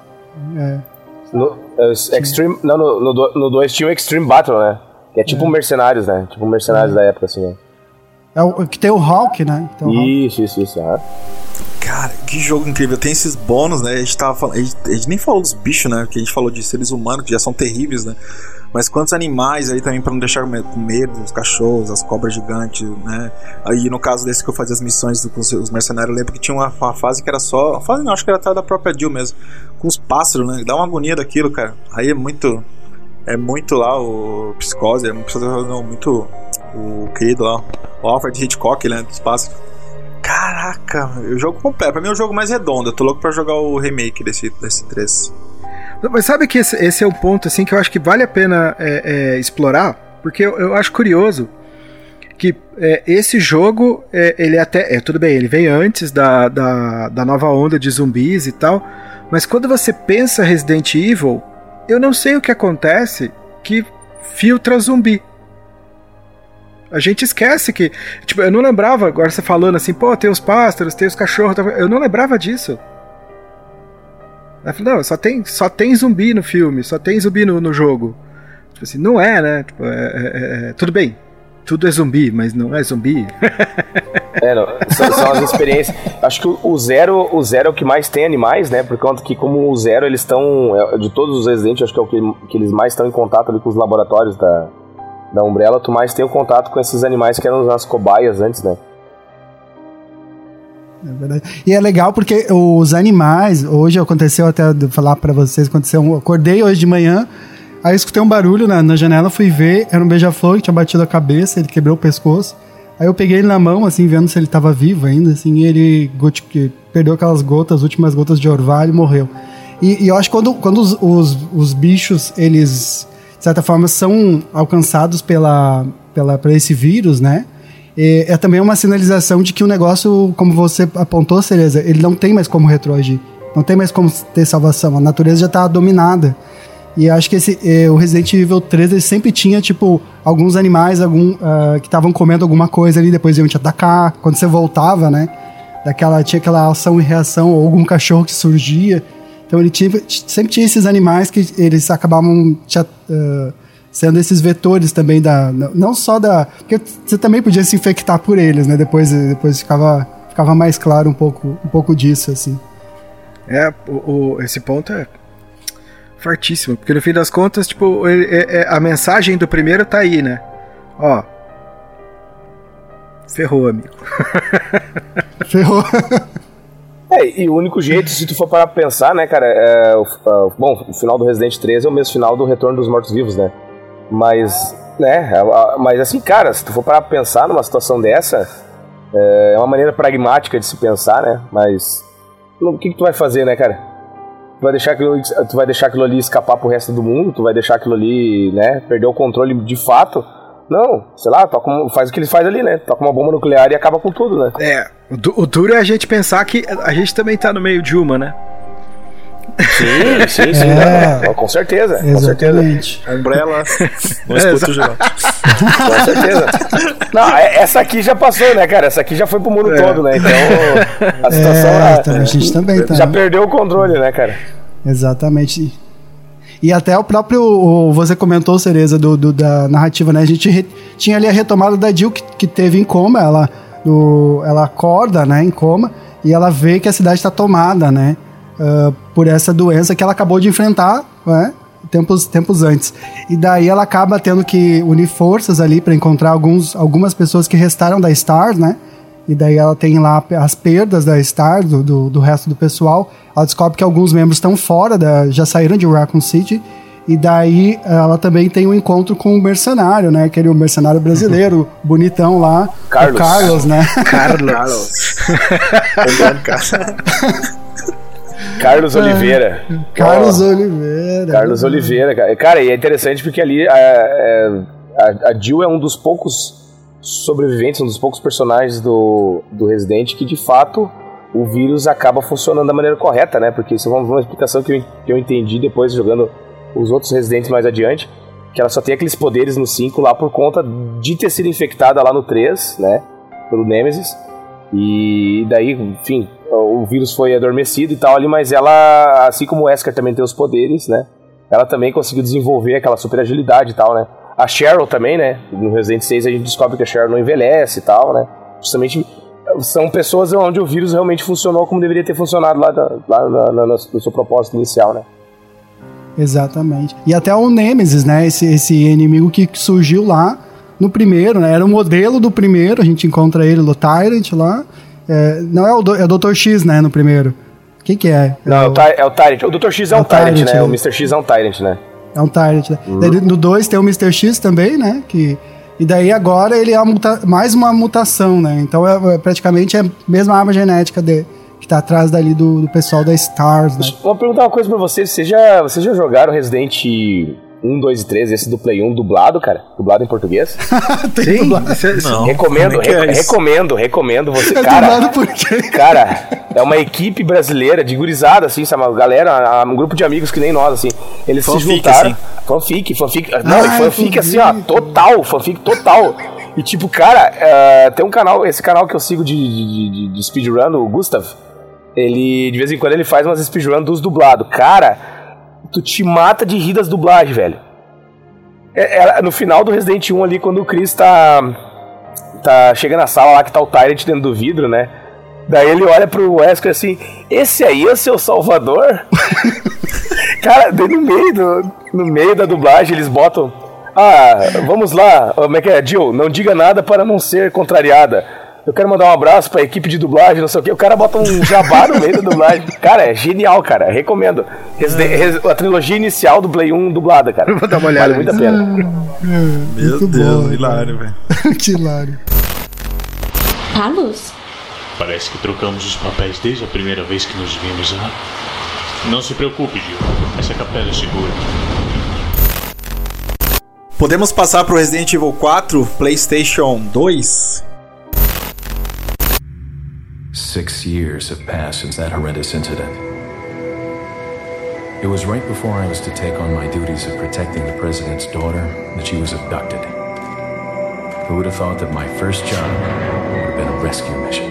No 2 tinha o Extreme Battle, né? Que é tipo mercenários, né? Tipo mercenários da época, assim, né? É o que tem o Hulk, né? Isso. Cara, que jogo incrível. Tem esses bônus, né? A gente tava falando, a gente nem falou dos bichos, né? Que a gente falou de seres humanos, que já são terríveis, né? Mas quantos animais aí também pra não deixar com medo, os cachorros, as cobras gigantes, né? Aí no caso desse que eu fazia as missões com os mercenários, eu lembro que tinha uma fase que era só... Fase não, acho que era atrás da própria Jill mesmo. Com os pássaros, né? Dá uma agonia daquilo, cara. Aí é muito lá o Psicose, muito o querido lá, o Alfred Hitchcock, né? Dos pássaros. Caraca, o jogo completo. Pra mim é o jogo mais redondo. Eu tô louco pra jogar o remake desse 3. Mas sabe que esse é um ponto assim, que eu acho que vale a pena explorar, porque eu acho curioso que esse jogo, ele até... tudo bem, ele vem antes da nova onda de zumbis e tal, mas quando você pensa Resident Evil, eu não sei o que acontece que filtra zumbi. A gente esquece que... Tipo, eu não lembrava, agora você falando assim, pô, tem os pássaros, tem os cachorros... Eu não lembrava disso. Eu falei, não, só tem zumbi no filme, só tem zumbi no jogo. Tipo assim, não é, né? Tipo, tudo bem, tudo é zumbi, mas não é zumbi. São as experiências. Acho que o Zero é o que mais tem animais, né? Por conta que, como o Zero, eles estão... De todos os Resident, acho que é o que eles mais estão em contato ali com os laboratórios da Umbrella. Tu mais tem o contato com esses animais que eram as cobaias antes, né? É verdade. E é legal porque os animais, hoje aconteceu, até falar pra vocês, eu acordei hoje de manhã, aí escutei um barulho na janela, fui ver, era um beija-flor que tinha batido a cabeça, ele quebrou o pescoço, aí eu peguei ele na mão, assim, vendo se ele tava vivo ainda, assim, e ele perdeu aquelas gotas, as últimas gotas de orvalho e morreu. E eu acho que quando os bichos, eles, de certa forma, são alcançados por esse vírus, né? É também uma sinalização de que o negócio, como você apontou, Cereza, ele não tem mais como retroagir. Não tem mais como ter salvação. A natureza já está dominada. E acho que o Resident Evil 3 ele sempre tinha, tipo, alguns animais que estavam comendo alguma coisa ali, depois iam te atacar. Quando você voltava, né? Tinha aquela ação e reação, ou algum cachorro que surgia. Então ele sempre tinha esses animais que eles acabavam sendo esses vetores também não só porque você também podia se infectar por eles, né? Depois ficava mais claro um pouco disso, assim. Esse ponto é fortíssimo, porque no fim das contas, tipo, a mensagem do primeiro tá aí, né? Ó, Ferrou, amigo. Ferrou. E o único jeito, se tu for parar pra pensar, né, cara, bom, o final do Resident 3 é o mesmo final do Retorno dos Mortos-Vivos, né? Mas, né, mas assim, cara, se tu for parar pra pensar numa situação dessa, é uma maneira pragmática de se pensar, né? Mas o que tu vai fazer, né, cara? Tu vai deixar aquilo ali escapar pro resto do mundo? Tu vai deixar aquilo ali, né, perder o controle de fato? Não, sei lá, faz o que ele faz ali, né? Toca uma bomba nuclear e acaba com tudo, né? O duro é a gente pensar que a gente também tá no meio de uma, né? Sim, não, com certeza. Exatamente. Com certeza. Umbrella, não escuta o geral. Com certeza. Não, essa aqui já passou, né, cara? Essa aqui já foi pro mundo todo, né? Então, a situação a gente também tá. Já perdeu o controle, né, cara? Exatamente. E até o próprio, você comentou, Cereza, da narrativa, né? A gente tinha ali a retomada da Jill que teve em coma, ela acorda, né, em coma, e ela vê que a cidade está tomada, né, por essa doença que ela acabou de enfrentar, né, tempos antes. E daí ela acaba tendo que unir forças ali para encontrar algumas pessoas que restaram da STARS, né, e daí ela tem lá as perdas da STARS, do resto do pessoal. Ela descobre que alguns membros estão fora, já saíram de Raccoon City, e daí ela também tem um encontro com o mercenário, né? Aquele mercenário brasileiro, bonitão lá. Carlos. O Carlos, né? Carlos Oliveira. Carlos Oliveira. Cara, e é interessante porque ali a Jill é um dos poucos sobreviventes, um dos poucos personagens do Resident que de fato o vírus acaba funcionando da maneira correta, né? Porque isso é uma explicação que eu entendi depois jogando os outros Residentes mais adiante, que ela só tem aqueles poderes no 5 lá por conta de ter sido infectada lá no 3, né? Pelo Nemesis. E daí, enfim, o vírus foi adormecido e tal ali, mas ela, assim como o Wesker também tem os poderes, né? Ela também conseguiu desenvolver aquela super agilidade e tal, né? A Cheryl também, né? No Resident 6 a gente descobre que a Cheryl não envelhece e tal, né? Justamente são pessoas onde o vírus realmente funcionou como deveria ter funcionado lá no seu propósito inicial, né? Exatamente. E até o Nemesis, né? Esse inimigo que surgiu lá no primeiro, né? Era o modelo do primeiro, a gente encontra ele no Tyrant lá. Não é o Dr. X, né? No primeiro. Quem que é? Não, é o Tyrant. O Dr. X é um Tyrant, né? O Mr. X é um Tyrant, né? É um Tyrant, né? No 2 tem o Mr. X também, né? E daí agora ele é mais uma mutação, né? Então praticamente é a mesma arma genética que tá atrás dali do pessoal da STARS, né? Vou perguntar uma coisa pra vocês. Vocês já jogaram Resident 1, 2 e 3, esse do Play 1 dublado, cara? Dublado em português? Tem dublado. Não, recomendo você, cara. Dublado por quê? Cara, é uma equipe brasileira de gurizada, assim, sabe? Uma galera, um grupo de amigos que nem nós, assim. Eles se juntaram. Assim. Fanfic. Não, fanfic assim, ó, fanfic total. E tipo, cara, tem um canal, esse canal que eu sigo de speedrun, o Gustav. Ele, de vez em quando, ele faz umas speedrun dos dublados. Cara, tu te mata de rir das dublagens, velho. No final do Resident 1 ali, quando o Chris chega na sala lá que tá o Tyrant dentro do vidro, né? Daí ele olha pro Wesker assim, esse aí é o seu salvador? Cara, daí no meio da dublagem eles botam, vamos lá, como é que é, Jill, não diga nada para não ser contrariada. Eu quero mandar um abraço pra equipe de dublagem, não sei o que. O cara bota um jabá no meio da dublagem. Cara, é genial, cara. Recomendo. A trilogia inicial do Play 1 dublada, cara. Vou dar uma olhada. Vale muito a pena. Meu Deus, hilário, velho. Que hilário. Carlos? Parece que trocamos os papéis desde a primeira vez que nos vimos, né? Não se preocupe, Jill. Essa capela é segura. Podemos passar pro Resident Evil 4, PlayStation 2? 6 years have passed since that horrendous incident. It was right before I was to take on my duties of protecting the president's daughter that she was abducted. Who would have thought that my first job would have been a rescue mission?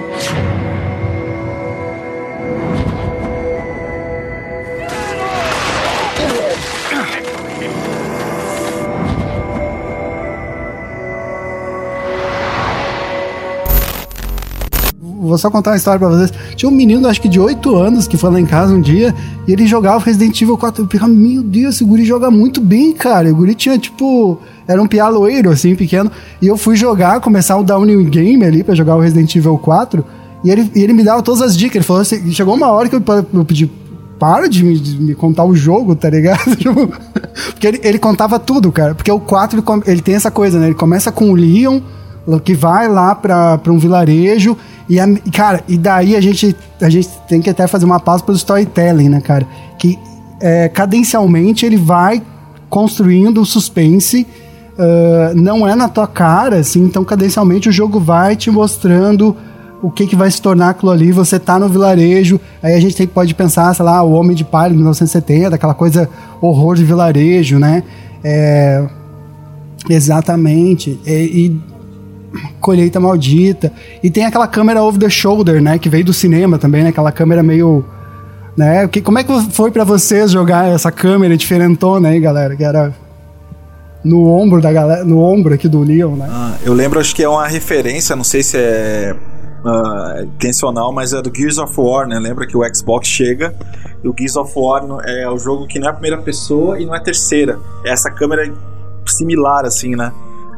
vou só contar uma história pra vocês. Tinha um menino, acho que de 8 anos, que foi lá em casa um dia, e ele jogava Resident Evil 4. Eu pensava, meu Deus, esse guri joga muito bem, cara. O guri tinha, tipo... Era um piá loiro, assim, pequeno. E eu fui jogar, começar o Down Game ali, pra jogar o Resident Evil 4. E ele me dava todas as dicas. Ele falou assim... Chegou uma hora que eu pedi... Para de me contar o jogo, tá ligado? Porque ele contava tudo, cara. Porque o 4, ele tem essa coisa, né? Ele começa com o Leon, que vai lá pra um vilarejo. Cara, e daí a gente tem que até fazer uma pausa pro storytelling, né, cara? Que cadencialmente ele vai construindo o suspense. Não é na tua cara, assim. Então, cadencialmente, o jogo vai te mostrando o que vai se tornar aquilo ali. Você tá no vilarejo, aí a gente pode pensar, sei lá, o Homem de Palha de 1970, aquela coisa horror de vilarejo, né? Exatamente. E Colheita Maldita. E tem aquela câmera over the shoulder, né? Que veio do cinema também, né? Aquela câmera meio... né? Como é que foi pra vocês jogar essa câmera diferentona aí, galera? Que era... no ombro da galera, no ombro aqui do Leon, né? Eu lembro, acho que é uma referência, não sei se é intencional, mas é do Gears of War, né? Lembra que o Xbox chega e o Gears of War é o jogo que não é a primeira pessoa e não é a terceira. É essa câmera similar, assim, né?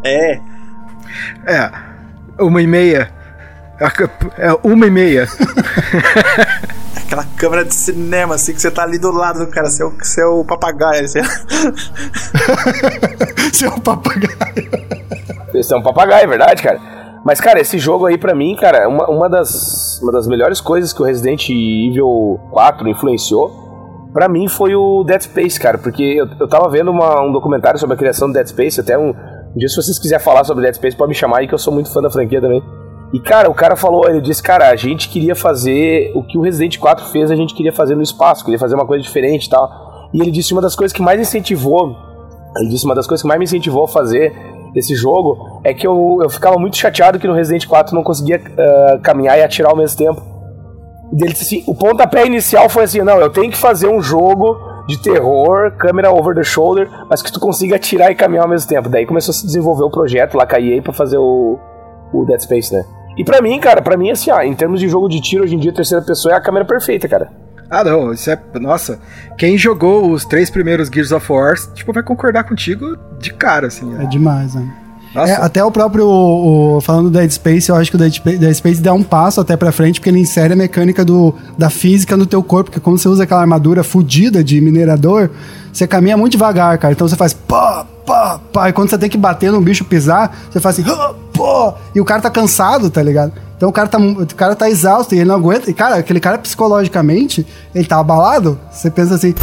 1:30. É 1:30. Aquela câmera de cinema, assim, que você tá ali do lado do cara, você é o papagaio. Você é o papagaio. Você é um papagaio, é verdade, cara. Mas, cara, esse jogo aí, pra mim, cara, uma das melhores coisas que o Resident Evil 4 influenciou, pra mim, foi o Dead Space, cara. Porque eu tava vendo um documentário sobre a criação do Dead Space, até um dia, se vocês quiserem falar sobre Dead Space, pode me chamar aí, que eu sou muito fã da franquia também. E, cara, o cara falou, ele disse, cara, a gente queria fazer o que o Resident 4 fez, a gente queria fazer no espaço, queria fazer uma coisa diferente e tal. E ele disse, uma das coisas que mais me incentivou a fazer esse jogo é que eu ficava muito chateado que no Resident 4 não conseguia caminhar e atirar ao mesmo tempo. E ele disse assim, o pontapé inicial foi assim, não, eu tenho que fazer um jogo de terror, câmera over the shoulder, mas que tu consiga atirar e caminhar ao mesmo tempo. Daí começou a se desenvolver o projeto lá com a EA pra fazer o Dead Space, né? E pra mim, cara, assim, em termos de jogo de tiro, hoje em dia, terceira pessoa é a câmera perfeita, cara. Não, isso é... Nossa, quem jogou os 3 primeiros Gears of War, tipo, vai concordar contigo de cara, assim. É demais, né? Até o próprio... falando do Dead Space, eu acho que o Dead Space dá um passo até pra frente, porque ele insere a mecânica da física no teu corpo, porque quando você usa aquela armadura fodida de minerador, você caminha muito devagar, cara. Então você faz pá, pá, pá, e quando você tem que bater no bicho, pisar, você faz assim, pô, e o cara tá cansado, tá ligado? Então o cara tá exausto e ele não aguenta. E, cara, aquele cara psicologicamente, ele tá abalado. Você pensa assim...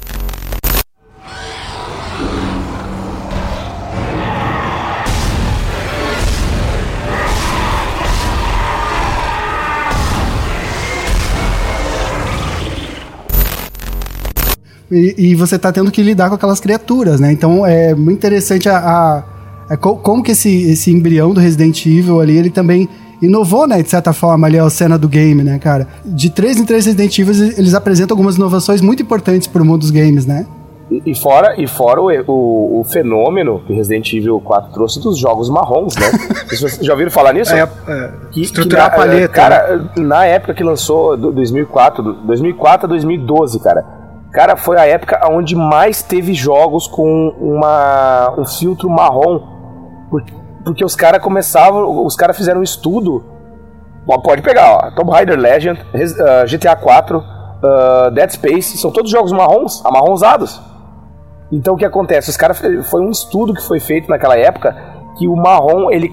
E você tá tendo que lidar com aquelas criaturas, né? Então é muito interessante como que esse embrião do Resident Evil ali, ele também inovou, né, de certa forma, ali a cena do game, né, cara? De 3 em 3 Resident Evil, eles apresentam algumas inovações muito importantes pro mundo dos games, né? E fora o fenômeno que Resident Evil 4 trouxe dos jogos marrons, né? Vocês já ouviram falar nisso? Estruturar a palheta. Cara, né? Na época que lançou 2004 a 2012, cara, foi a época onde mais teve jogos com um filtro marrom. Porque os caras fizeram um estudo. Pode pegar, ó, Tomb Raider Legend, GTA 4, Dead Space, são todos jogos marrons, amarronzados. Então o que acontece? Foi um estudo que foi feito naquela época que o marrom ele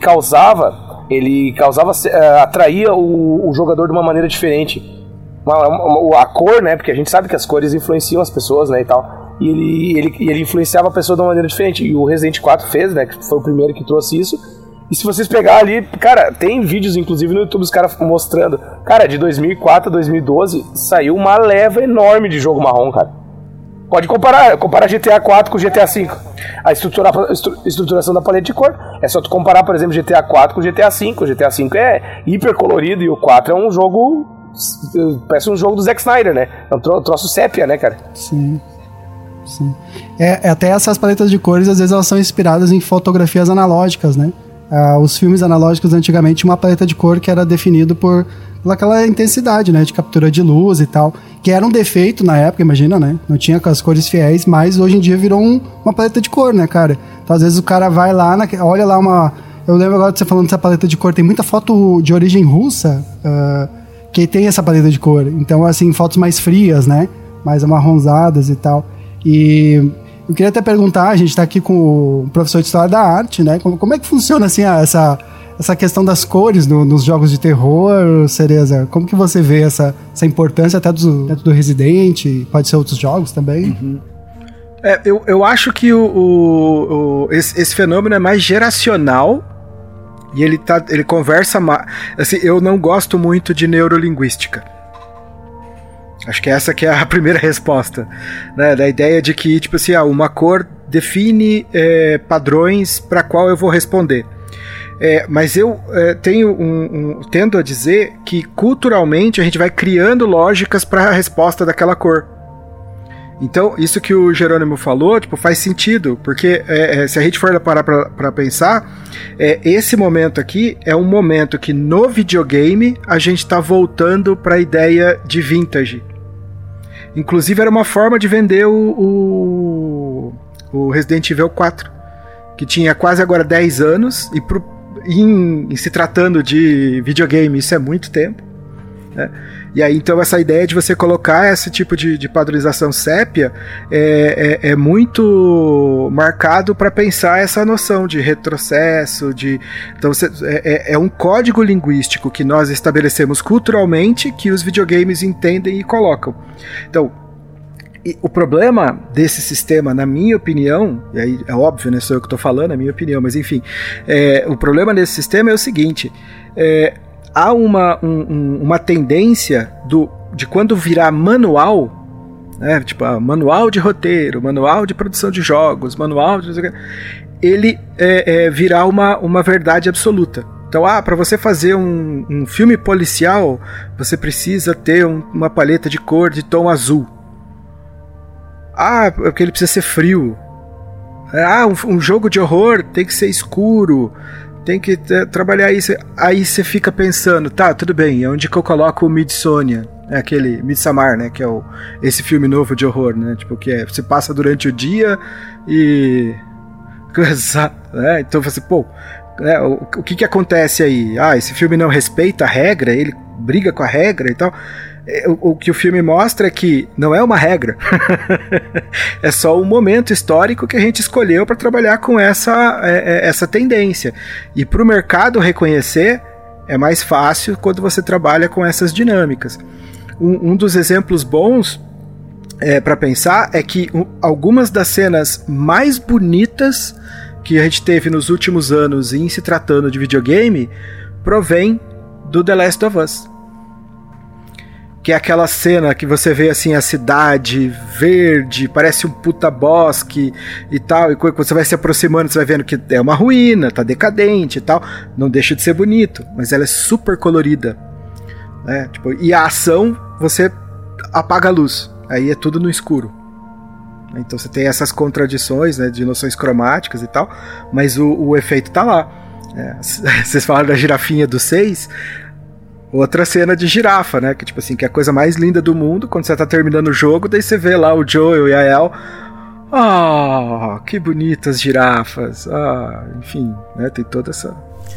atraía o jogador de uma maneira diferente. A cor, né? Porque a gente sabe que as cores influenciam as pessoas, né, e tal. E ele influenciava a pessoa de uma maneira diferente. E o Resident 4 fez, né? Que foi o primeiro que trouxe isso. E se vocês pegar ali, cara, tem vídeos, inclusive no YouTube, os caras mostrando. Cara, de 2004 a 2012, saiu uma leva enorme de jogo marrom, cara. Pode comparar GTA 4 com GTA 5. A estruturação da paleta de cor. É só tu comparar, por exemplo, GTA 4 com GTA 5. O GTA 5 é hiper colorido e o 4 é um jogo... Parece um jogo do Zack Snyder, né? É um troço sépia, né, cara? Sim. Até essas paletas de cores, às vezes, elas são inspiradas em fotografias analógicas, né? Os filmes analógicos antigamente tinham uma paleta de cor que era definido por aquela intensidade, né, de captura de luz e tal, que era um defeito na época, imagina, né, não tinha com as cores fiéis, mas hoje em dia virou uma paleta de cor, né, cara. Então às vezes o cara vai lá, olha lá eu lembro agora de você falando dessa paleta de cor, tem muita foto de origem russa que tem essa paleta de cor, então assim, fotos mais frias, né, mais amarronzadas e tal. E eu queria até perguntar, a gente tá aqui com o professor de História da Arte, né, como é que funciona assim essa questão das cores nos jogos de terror, Cereza? Como que você vê essa importância até dentro do Resident, pode ser outros jogos também? Uhum. Eu acho que esse fenômeno é mais geracional e ele conversa mais. Assim, eu não gosto muito de neurolinguística. Acho que essa que é a primeira resposta, né? Da ideia de que, tipo assim, uma cor define padrões para qual eu vou responder. Mas eu tendo a dizer que culturalmente a gente vai criando lógicas para a resposta daquela cor. Então, isso que o Jerônimo falou, tipo, faz sentido, porque se a gente for parar para pensar, esse momento aqui é um momento que no videogame a gente está voltando para a ideia de vintage. Inclusive era uma forma de vender o Resident Evil 4, que tinha quase agora 10 anos, e em se tratando de videogame isso é muito tempo, né? E aí então essa ideia de você colocar esse tipo de padronização sépia é muito marcado para pensar essa noção de retrocesso, então é um código linguístico que nós estabelecemos culturalmente que os videogames entendem e colocam. Então, o problema desse sistema, na minha opinião, e aí é óbvio, né, sou eu que estou falando, é a minha opinião, mas enfim, o problema desse sistema é o seguinte: há uma tendência de quando virar manual, né, tipo manual de roteiro, manual de produção de jogos, manual de... ele virar uma verdade absoluta. Então, para você fazer um filme policial, você precisa ter uma paleta de cor de tom azul. Porque ele precisa ser frio. Um jogo de horror tem que ser escuro. Tem que trabalhar isso. Aí você fica pensando, tá, tudo bem, onde que eu coloco o Midsommar? Aquele Midsommar, né, que é esse filme novo de horror, né, tipo, que você passa durante o dia e... então você, o que acontece aí? Esse filme não respeita a regra, ele briga com a regra e tal. O que o filme mostra é que não é uma regra. É só um momento histórico que a gente escolheu para trabalhar com essa tendência. E para o mercado reconhecer é mais fácil quando você trabalha com essas dinâmicas. Um dos exemplos bons para pensar é que algumas das cenas mais bonitas que a gente teve nos últimos anos em se tratando de videogame provém do The Last of Us. Que é aquela cena que você vê assim a cidade verde, parece um puta bosque e tal, e quando você vai se aproximando você vai vendo que é uma ruína, tá decadente e tal, não deixa de ser bonito, mas ela é super colorida, né? Tipo, e a ação, você apaga a luz, aí é tudo no escuro. Então você tem essas contradições, né, de noções cromáticas e tal, mas o efeito tá lá. Vocês falaram da girafinha do 6, outra cena de girafa, né? Que tipo assim, que é a coisa mais linda do mundo. Quando você tá terminando o jogo, daí você vê lá o Joel e a El. Que bonitas girafas. Enfim, né? Tem toda essa...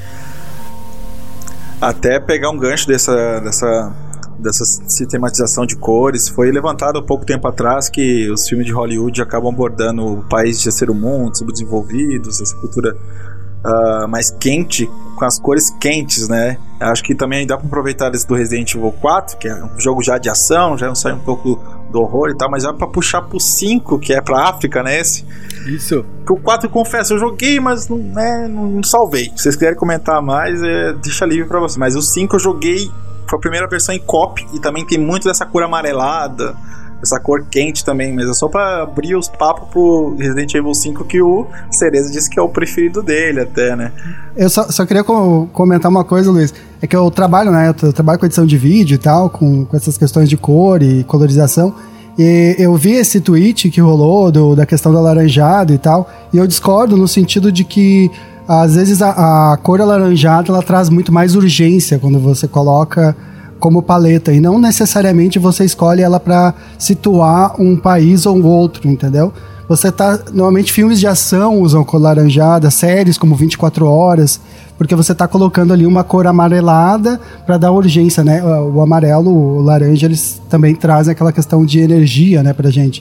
Até pegar um gancho dessa sistematização de cores, foi levantado há pouco tempo atrás que os filmes de Hollywood acabam abordando o país de terceiro mundo, subdesenvolvidos, essa cultura mais quente, com as cores quentes, né? Acho que também dá pra aproveitar esse do Resident Evil 4, que é um jogo já de ação, já sai um pouco do horror e tal, mas dá pra puxar pro 5, que é pra África, né? Isso. Que o 4, confesso, eu joguei, mas não salvei. Se vocês quiserem comentar mais, deixa livre pra vocês. Mas o 5 eu joguei, foi a primeira versão em co-op, e também tem muito dessa cor amarelada, essa cor quente também, mas é só pra abrir os papos pro Resident Evil 5, que o Cereza disse que é o preferido dele até, né? Eu só queria comentar uma coisa, Luiz, é que eu trabalho, né, eu trabalho com edição de vídeo e tal, com essas questões de cor e colorização, e eu vi esse tweet que rolou da questão do alaranjado e tal, e eu discordo no sentido de que às vezes a cor alaranjada ela traz muito mais urgência quando você coloca como paleta, e não necessariamente você escolhe ela para situar um país ou outro, entendeu? Você tá... Normalmente filmes de ação usam cor laranjada, séries como 24 Horas, porque você tá colocando ali uma cor amarelada para dar urgência, né? O amarelo, o laranja, eles também trazem aquela questão de energia, né, pra gente.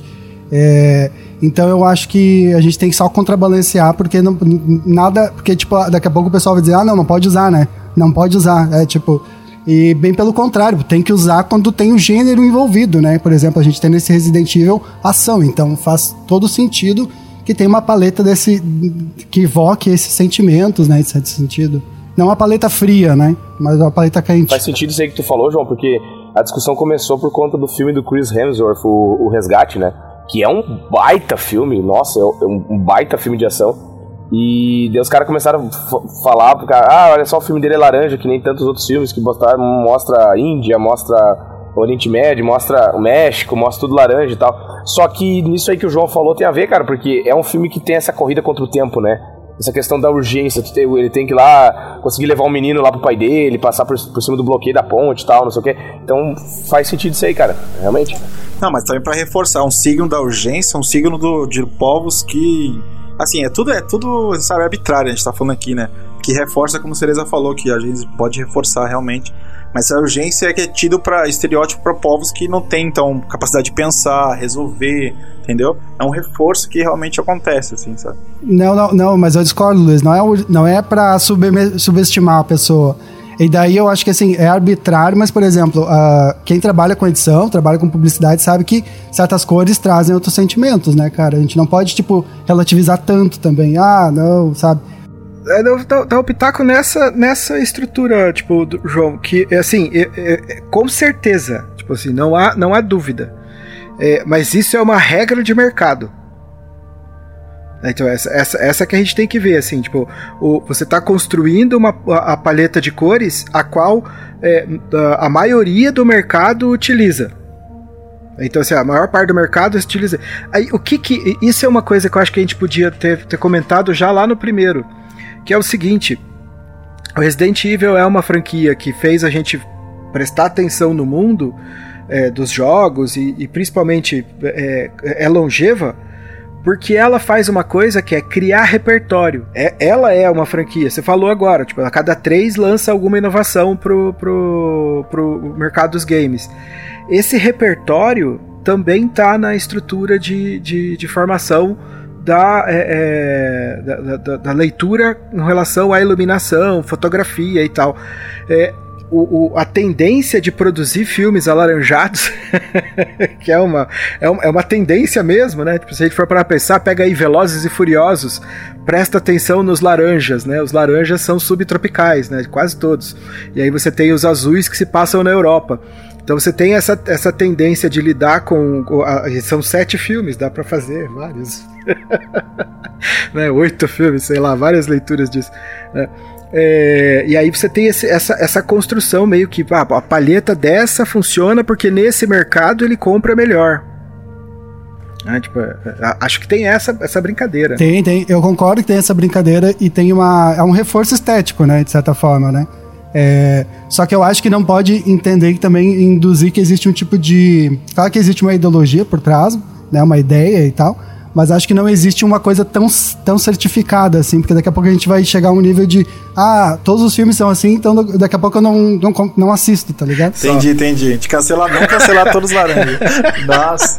Então eu acho que a gente tem que só contrabalancear, porque porque, tipo, daqui a pouco o pessoal vai dizer, não pode usar, né? Não pode usar, E bem pelo contrário, tem que usar quando tem o gênero envolvido, né? Por exemplo, a gente tem nesse Resident Evil ação, então faz todo sentido que tem uma paleta que evoque esses sentimentos, né? Nesse sentido. Não uma paleta fria, né? Mas uma paleta quente. Faz sentido isso aí que tu falou, João, porque a discussão começou por conta do filme do Chris Hemsworth, o Resgate, né? Que é um baita filme, nossa, é um baita filme de ação. E daí os caras começaram a falar pro cara, olha só, o filme dele é laranja, que nem tantos outros filmes que mostra a Índia, mostra o Oriente Médio, mostra o México, mostra tudo laranja e tal. Só que nisso aí que o João falou tem a ver, cara, porque é um filme que tem essa corrida contra o tempo, né? Essa questão da urgência, ele tem que ir lá, conseguir levar um menino lá pro pai dele, passar por cima do bloqueio da ponte e tal, não sei o quê. Então faz sentido isso aí, cara, realmente. Não, mas também pra reforçar, um signo da urgência, um signo de povos que... Assim, é tudo, sabe, arbitrário, a gente tá falando aqui, né? Que reforça, como a Cereza falou, que a gente pode reforçar realmente. Mas a urgência é que é tido pra estereótipo pra povos que não tem, então, capacidade de pensar, resolver, entendeu? É um reforço que realmente acontece, assim, sabe? Não, mas eu discordo, Luiz. Não é pra subestimar a pessoa. E daí eu acho que, assim, é arbitrário, mas, por exemplo, quem trabalha com edição, trabalha com publicidade, sabe que certas cores trazem outros sentimentos, né, cara? A gente não pode, tipo, relativizar tanto também. Não, sabe? Dá o pitaco nessa estrutura, tipo, do João, que, assim, com certeza, tipo assim, não há dúvida. Mas isso é uma regra de mercado. Então essa que a gente tem que ver, assim, tipo, você está construindo a paleta de cores a qual a maioria do mercado utiliza. Então, assim, a maior parte do mercado utiliza. Aí, isso é uma coisa que eu acho que a gente podia ter comentado já lá no primeiro, que é o seguinte: o Resident Evil é uma franquia que fez a gente prestar atenção no mundo dos jogos e principalmente é longeva, porque ela faz uma coisa que é criar repertório. Ela é uma franquia. Você falou agora, tipo, a cada 3 lança alguma inovação pro mercado dos games. Esse repertório também tá na estrutura de formação da leitura em relação à iluminação, fotografia e tal. A tendência de produzir filmes alaranjados que é uma tendência mesmo, né? Tipo, se a gente for para pensar, pega aí Velozes e Furiosos, presta atenção nos laranjas, né? Os laranjas são subtropicais, né? Quase todos. E aí você tem os azuis que se passam na Europa. Então você tem essa tendência de lidar são 7 filmes, dá para fazer vários. Né? 8 filmes, sei lá, várias leituras disso, né? E aí você tem essa construção meio que a palheta dessa funciona porque nesse mercado ele compra melhor. Tipo, acho que tem essa brincadeira. Tem, eu concordo que tem essa brincadeira e tem é um reforço estético, né, de certa forma, né? Só que eu acho que não pode entender que também induzir que existe um tipo de... Claro que existe uma ideologia por trás, né, uma ideia e tal, mas acho que não existe uma coisa tão certificada assim, porque daqui a pouco a gente vai chegar a um nível de todos os filmes são assim, então daqui a pouco eu não assisto, tá ligado? Entendi. A gente não cancelar todos os laranjas. Nossa.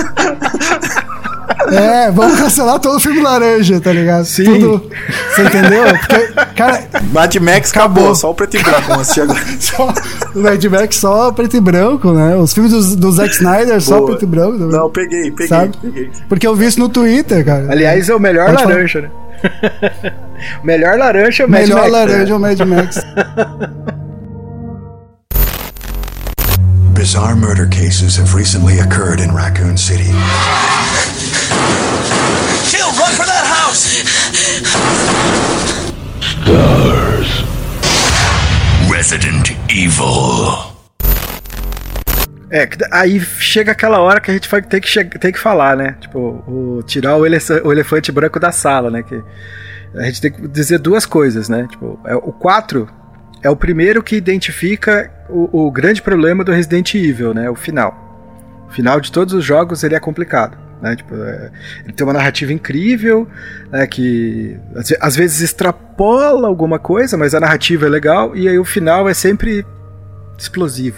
Vamos cancelar todo o filme laranja, tá ligado? Sim. Tudo, você entendeu? Porque, cara... Mad Max acabou, só o preto e branco. O Mad Max só preto e branco, né? Os filmes do Zack Snyder só preto e branco. Também. Não, peguei. Porque eu vi isso no Twitter, cara. Aliás, é o melhor laranja, né? O melhor laranja é o Mad Max. Melhor laranja é o Mad Max. Bizarre murder cases have recently occurred in Raccoon City. Jill, run for that house! Stars. Resident Evil. Aí chega aquela hora que a gente vai ter que falar, né? Tipo, tirar o elefante branco da sala, né? Que a gente tem que dizer duas coisas, né? Tipo, o 4 é o primeiro que identifica o grande problema do Resident Evil, né? O final. O final de todos os jogos ele é complicado, né? Tipo, ele tem uma narrativa incrível, né? Que às vezes extrapola alguma coisa, mas a narrativa é legal, e aí o final é sempre explosivo.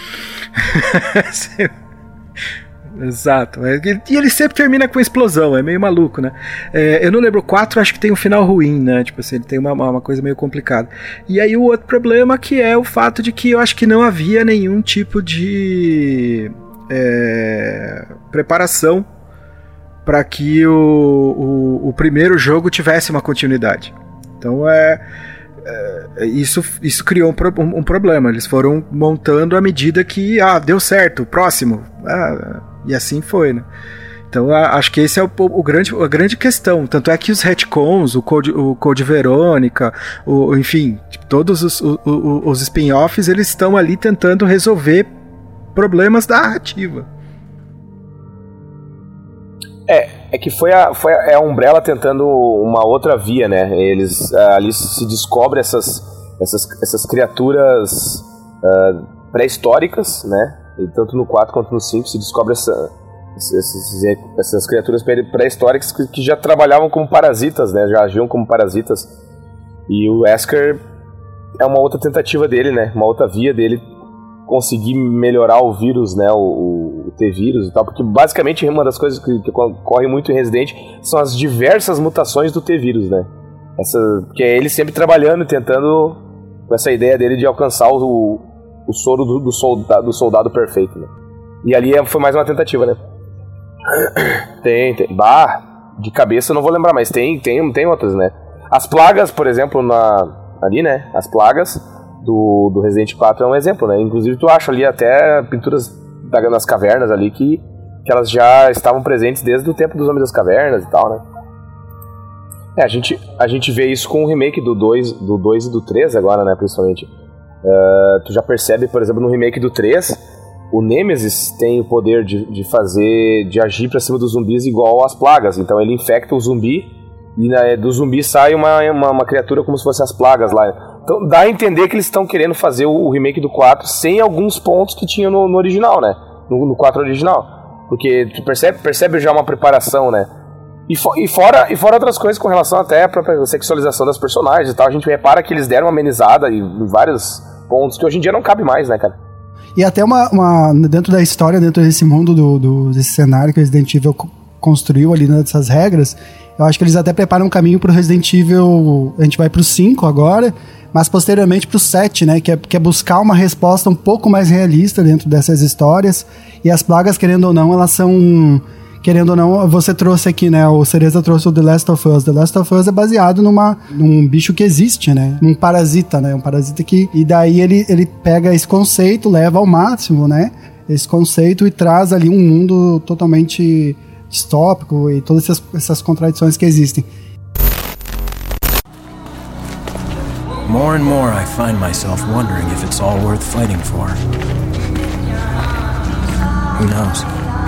Exato. E ele sempre termina com explosão, é meio maluco, né? Eu não lembro, o 4 acho que tem um final ruim, né? Tipo assim, ele tem uma coisa meio complicada. E aí o outro problema que é o fato de que eu acho que não havia nenhum tipo de preparação para que o primeiro jogo tivesse uma continuidade. Então isso criou um problema. Eles foram montando à medida que deu certo, próximo. E assim foi, né? Então acho que esse é a grande questão. Tanto é que os retcons, o Code Verônica, enfim, todos os spin-offs, eles estão ali tentando resolver problemas da narrativa. É que foi a Umbrella tentando uma outra via, né? Eles ali se descobrem essas criaturas pré-históricas, né? E tanto no 4 quanto no 5 se descobre essas criaturas pré-históricas que já trabalhavam como parasitas, né? Já agiam como parasitas. E o Wesker é uma outra tentativa dele, né? Uma outra via dele conseguir melhorar o vírus, né? O T-vírus e tal. Porque basicamente uma das coisas que ocorre muito em Resident são as diversas mutações do T-vírus, né? Porque é ele sempre trabalhando e tentando com essa ideia dele de alcançar o soro do soldado perfeito, né? E ali foi mais uma tentativa, né? Tem. De cabeça eu não vou lembrar, mas tem outras, né? As plagas, por exemplo, ali, né? As plagas do Resident 4 é um exemplo, né? Inclusive tu acha ali até pinturas nas cavernas ali que elas já estavam presentes desde o tempo dos Homens das Cavernas e tal, né? A gente vê isso com o remake do 2 e do 3 agora, né? Principalmente. Tu já percebe, por exemplo, no remake do 3, o Nemesis tem o poder de agir pra cima dos zumbis igual às plagas. Então ele infecta o zumbi e do zumbi sai uma criatura como se fossem as plagas lá. Então dá a entender que eles estão querendo fazer o remake do 4 sem alguns pontos que tinha no original, né? No 4 original. Porque tu percebe já uma preparação, né? E fora outras coisas com relação até à própria sexualização das personagens e tal. A gente repara que eles deram uma amenizada em vários pontos que hoje em dia não cabe mais, né, cara? E até dentro da história, dentro desse mundo desse cenário que o Resident Evil construiu ali nessas regras, eu acho que eles até preparam um caminho pro Resident Evil. A gente vai pro 5 agora, mas posteriormente pro 7, né? Que é buscar uma resposta um pouco mais realista dentro dessas histórias. E as plagas, querendo ou não, elas são... Querendo ou não, você trouxe aqui, né? O Cereza trouxe o The Last of Us. The Last of Us é baseado num bicho que existe, né? Um parasita, né? Um parasita que... E daí ele pega esse conceito, leva ao máximo, né? Esse conceito e traz ali um mundo totalmente distópico e todas essas contradições que existem. More and more I find myself wondering if it's all worth fighting for. Who knows?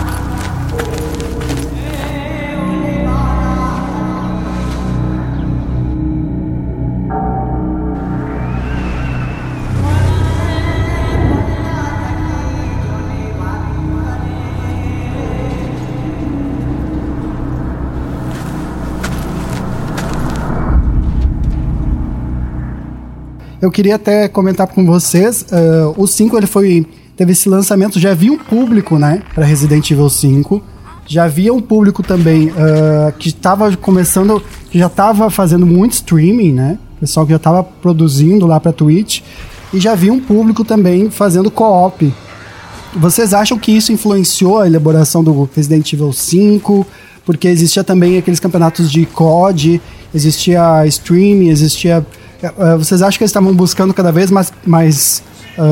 Eu queria até comentar com vocês, o 5 teve esse lançamento, já havia um público, né, para Resident Evil 5, já havia um público também que estava começando, que já estava fazendo muito streaming, né, pessoal que já estava produzindo lá para Twitch, e já havia um público também fazendo co-op. Vocês acham que isso influenciou a elaboração do Resident Evil 5? Porque existia também aqueles campeonatos de COD, existia streaming, existia... Vocês acham que eles estavam buscando cada vez mais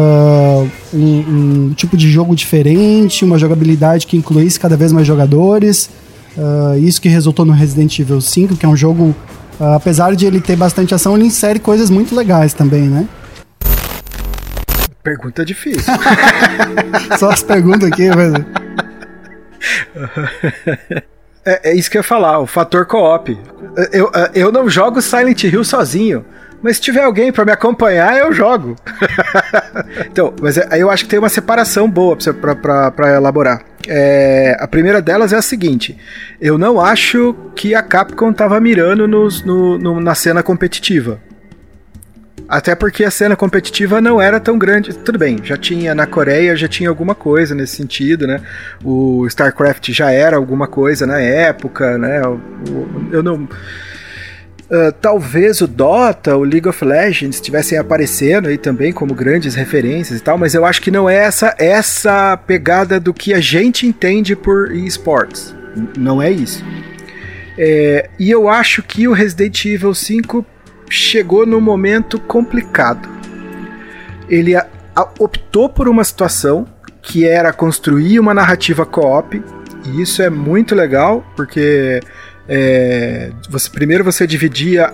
um tipo de jogo diferente, uma jogabilidade que incluísse cada vez mais jogadores? Isso que resultou no Resident Evil 5, que é um jogo, apesar de ele ter bastante ação, ele insere coisas muito legais também, né? Pergunta difícil. Só as perguntas aqui, mas... É isso que eu ia falar, o fator co-op. Eu não jogo Silent Hill sozinho, mas se tiver alguém pra me acompanhar, eu jogo. Então, mas aí eu acho que tem uma separação boa pra elaborar. A primeira delas é a seguinte: eu não acho que a Capcom tava mirando na cena competitiva. Até porque a cena competitiva não era tão grande. Tudo bem, já tinha na Coreia, já tinha alguma coisa nesse sentido, né? O StarCraft já era alguma coisa na época, né? Eu não... talvez o Dota, o League of Legends estivessem aparecendo aí também como grandes referências e tal, mas eu acho que não é essa pegada do que a gente entende por esports. Não é isso. E eu acho que o Resident Evil 5 chegou num momento complicado. Ele optou por uma situação que era construir uma narrativa co-op, e isso é muito legal, porque primeiro você dividia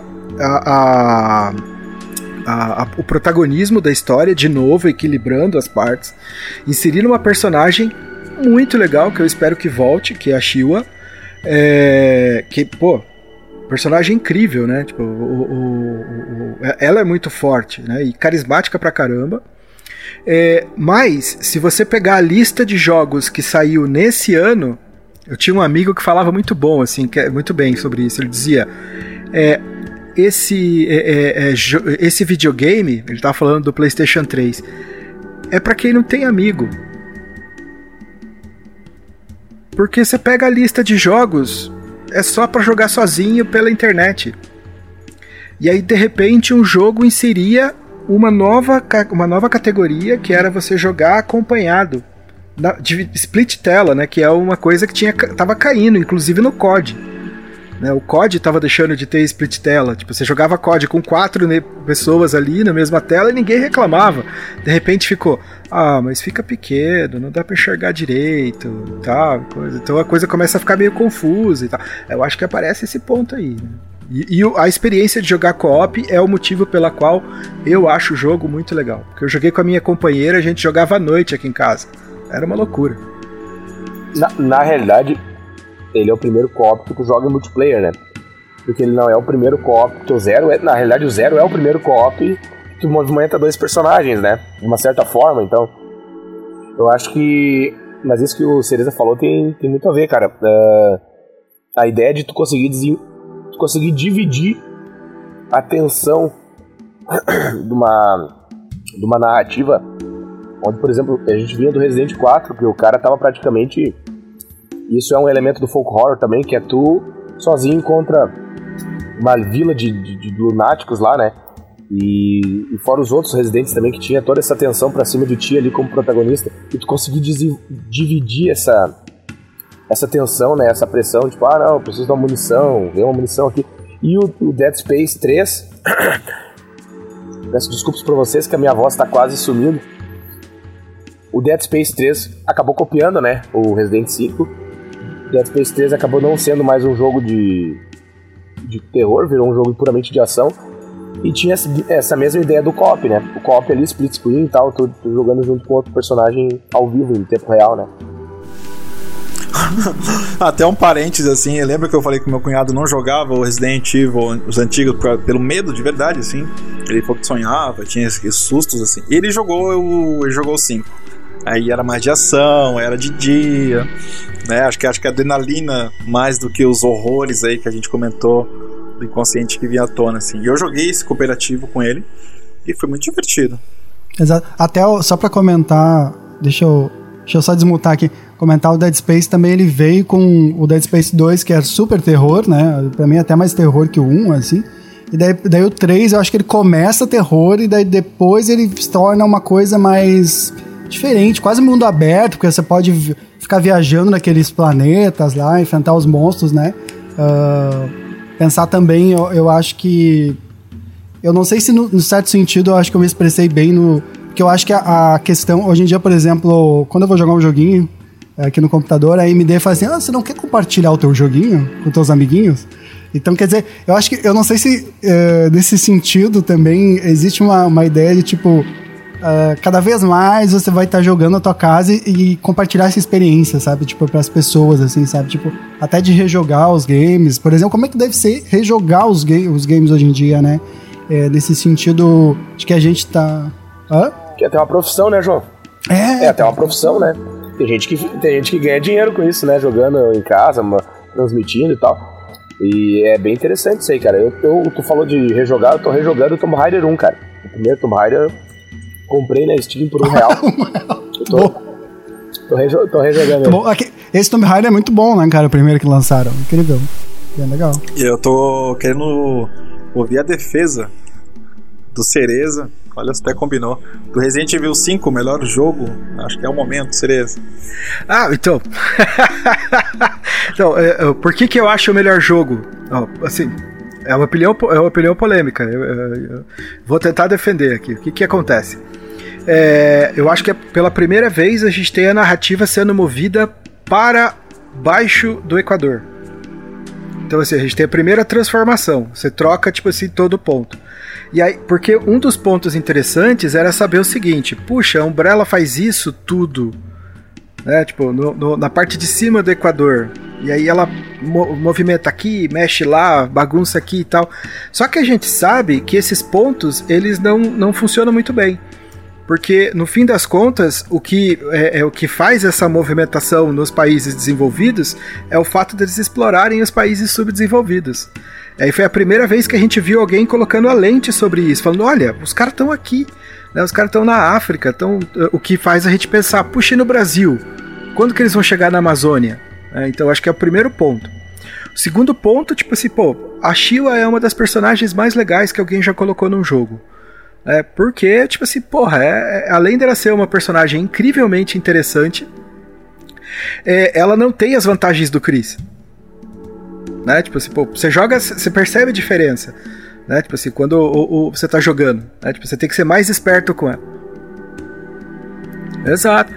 o protagonismo da história, de novo, equilibrando as partes, inserindo uma personagem muito legal, que eu espero que volte, que é a Shewa, personagem incrível, né? Tipo, ela é muito forte, né? E carismática pra caramba. Mas, se você pegar a lista de jogos que saiu nesse ano, eu tinha um amigo que falava muito muito bem sobre isso. Ele dizia: esse videogame, ele tava falando do PlayStation 3, é pra quem não tem amigo. Porque você pega a lista de jogos, é só pra jogar sozinho pela internet. E aí, de repente, um jogo inseria uma nova categoria, que era você jogar acompanhado, de split tela, né? Que é uma coisa que tava caindo, inclusive no COD. Né, o COD tava deixando de ter split tela. Tipo, você jogava COD com 4 pessoas ali na mesma tela e ninguém reclamava. De repente ficou: mas fica pequeno, não dá pra enxergar direito, tal, coisa. Então a coisa começa a ficar meio confusa e tal. Eu acho que aparece esse ponto aí, né? E a experiência de jogar co-op é o motivo pela qual eu acho o jogo muito legal. Porque eu joguei com a minha companheira, a gente jogava à noite aqui em casa. Era uma loucura. Na realidade, ele é o primeiro co-op que tu joga em multiplayer, né? Porque ele não é o primeiro co-op, porque na realidade o Zero é o primeiro co-op que tu movimenta 2 personagens, né? De uma certa forma, então eu acho que... Mas isso que o Cereza falou tem muito a ver, cara. A ideia de tu conseguir dividir a tensão de uma narrativa, onde, por exemplo, a gente vinha do Resident 4, que o cara tava praticamente... Isso é um elemento do folk horror também, que é tu sozinho contra uma vila de lunáticos lá, né? E fora os outros residentes também, que tinha toda essa tensão pra cima de ti ali como protagonista. E tu conseguir dividir essa tensão, né? Essa pressão, tipo, não, eu preciso de uma munição, vem uma munição aqui. E o Dead Space 3... Peço desculpas pra vocês que a minha voz tá quase sumindo. O Dead Space 3 acabou copiando, né? O Resident 5. Dead Space 3 acabou não sendo mais um jogo de terror, virou um jogo puramente de ação. E tinha essa mesma ideia do co-op, né? O co-op ali, split screen e tal, tu jogando junto com outro personagem ao vivo, em tempo real, né? Até um parênteses, assim, lembra que eu falei que meu cunhado não jogava o Resident Evil, os antigos, pelo medo de verdade, assim. Ele falou que sonhava, tinha esses sustos, assim. E ele jogou o 5. Aí era mais de ação, era de dia, né? Acho que a adrenalina, mais do que os horrores aí que a gente comentou do inconsciente que vinha à tona, assim. E eu joguei esse cooperativo com ele e foi muito divertido. Exato. Até só pra comentar, deixa eu só desmutar aqui, comentar o Dead Space também, ele veio com o Dead Space 2, que é super terror, né? Pra mim até mais terror que o 1, assim. E daí o 3, eu acho que ele começa terror e daí depois ele se torna uma coisa mais diferente, quase mundo aberto, porque você pode ficar viajando naqueles planetas lá, enfrentar os monstros, né? Pensar também, eu acho que... Eu não sei se no certo sentido eu acho que eu me expressei bem porque eu acho que a questão, hoje em dia, por exemplo, quando eu vou jogar um joguinho aqui no computador, a AMD fala assim, você não quer compartilhar o teu joguinho com teus amiguinhos? Então, quer dizer, eu acho que, eu não sei se nesse sentido também existe uma ideia de tipo, cada vez mais você vai estar jogando a tua casa e compartilhar essa experiência, sabe? Tipo, pras pessoas, assim, sabe? Tipo, até de rejogar os games. Por exemplo, como é que deve ser rejogar os games hoje em dia, né? Nesse sentido de que a gente tá... Hã? Que é até uma profissão, né, João? É até uma profissão, né? Tem gente que ganha dinheiro com isso, né? Jogando em casa, transmitindo e tal. E é bem interessante isso aí, cara. Tu falou de rejogar, eu tô rejogando o Tomb Raider 1, cara. O primeiro Tomb Raider eu comprei na Steam por R$1. Tô rejogando ele. Esse Tomb Raider é muito bom, né, cara? O primeiro que lançaram. Incrível. Bem legal. E eu tô querendo ouvir a defesa do Cereza. Olha, você até combinou. Do Resident Evil 5, o melhor jogo. Acho que é o momento, Cereza. Então. Então, por que eu acho o melhor jogo? Assim, é uma opinião polêmica. Eu vou tentar defender aqui. O que acontece? Eu acho que pela primeira vez a gente tem a narrativa sendo movida para baixo do Equador. Então, assim, a gente tem a primeira transformação. Você troca, tipo assim, todo ponto. E aí, porque um dos pontos interessantes era saber o seguinte: puxa, a Umbrella faz isso tudo, né? Tipo, na parte de cima do Equador. E aí ela movimenta aqui, mexe lá, bagunça aqui e tal. Só que a gente sabe que esses pontos, eles não funcionam muito bem. Porque, no fim das contas, o que faz essa movimentação nos países desenvolvidos é o fato deles explorarem os países subdesenvolvidos. Aí foi a primeira vez que a gente viu alguém colocando a lente sobre isso, falando, olha, os caras estão aqui, né? Os caras estão na África, o que faz a gente pensar, puxa, e no Brasil? Quando que eles vão chegar na Amazônia? Então, acho que é o primeiro ponto. O segundo ponto, tipo assim, a Sheila é uma das personagens mais legais que alguém já colocou num jogo. Porque, tipo assim, além dela ser uma personagem incrivelmente interessante, ela não tem as vantagens do Chris. Né? Tipo assim, você joga, você percebe a diferença. Né? Tipo assim, quando você tá jogando. Né? Tipo, você tem que ser mais esperto com ela. Exato.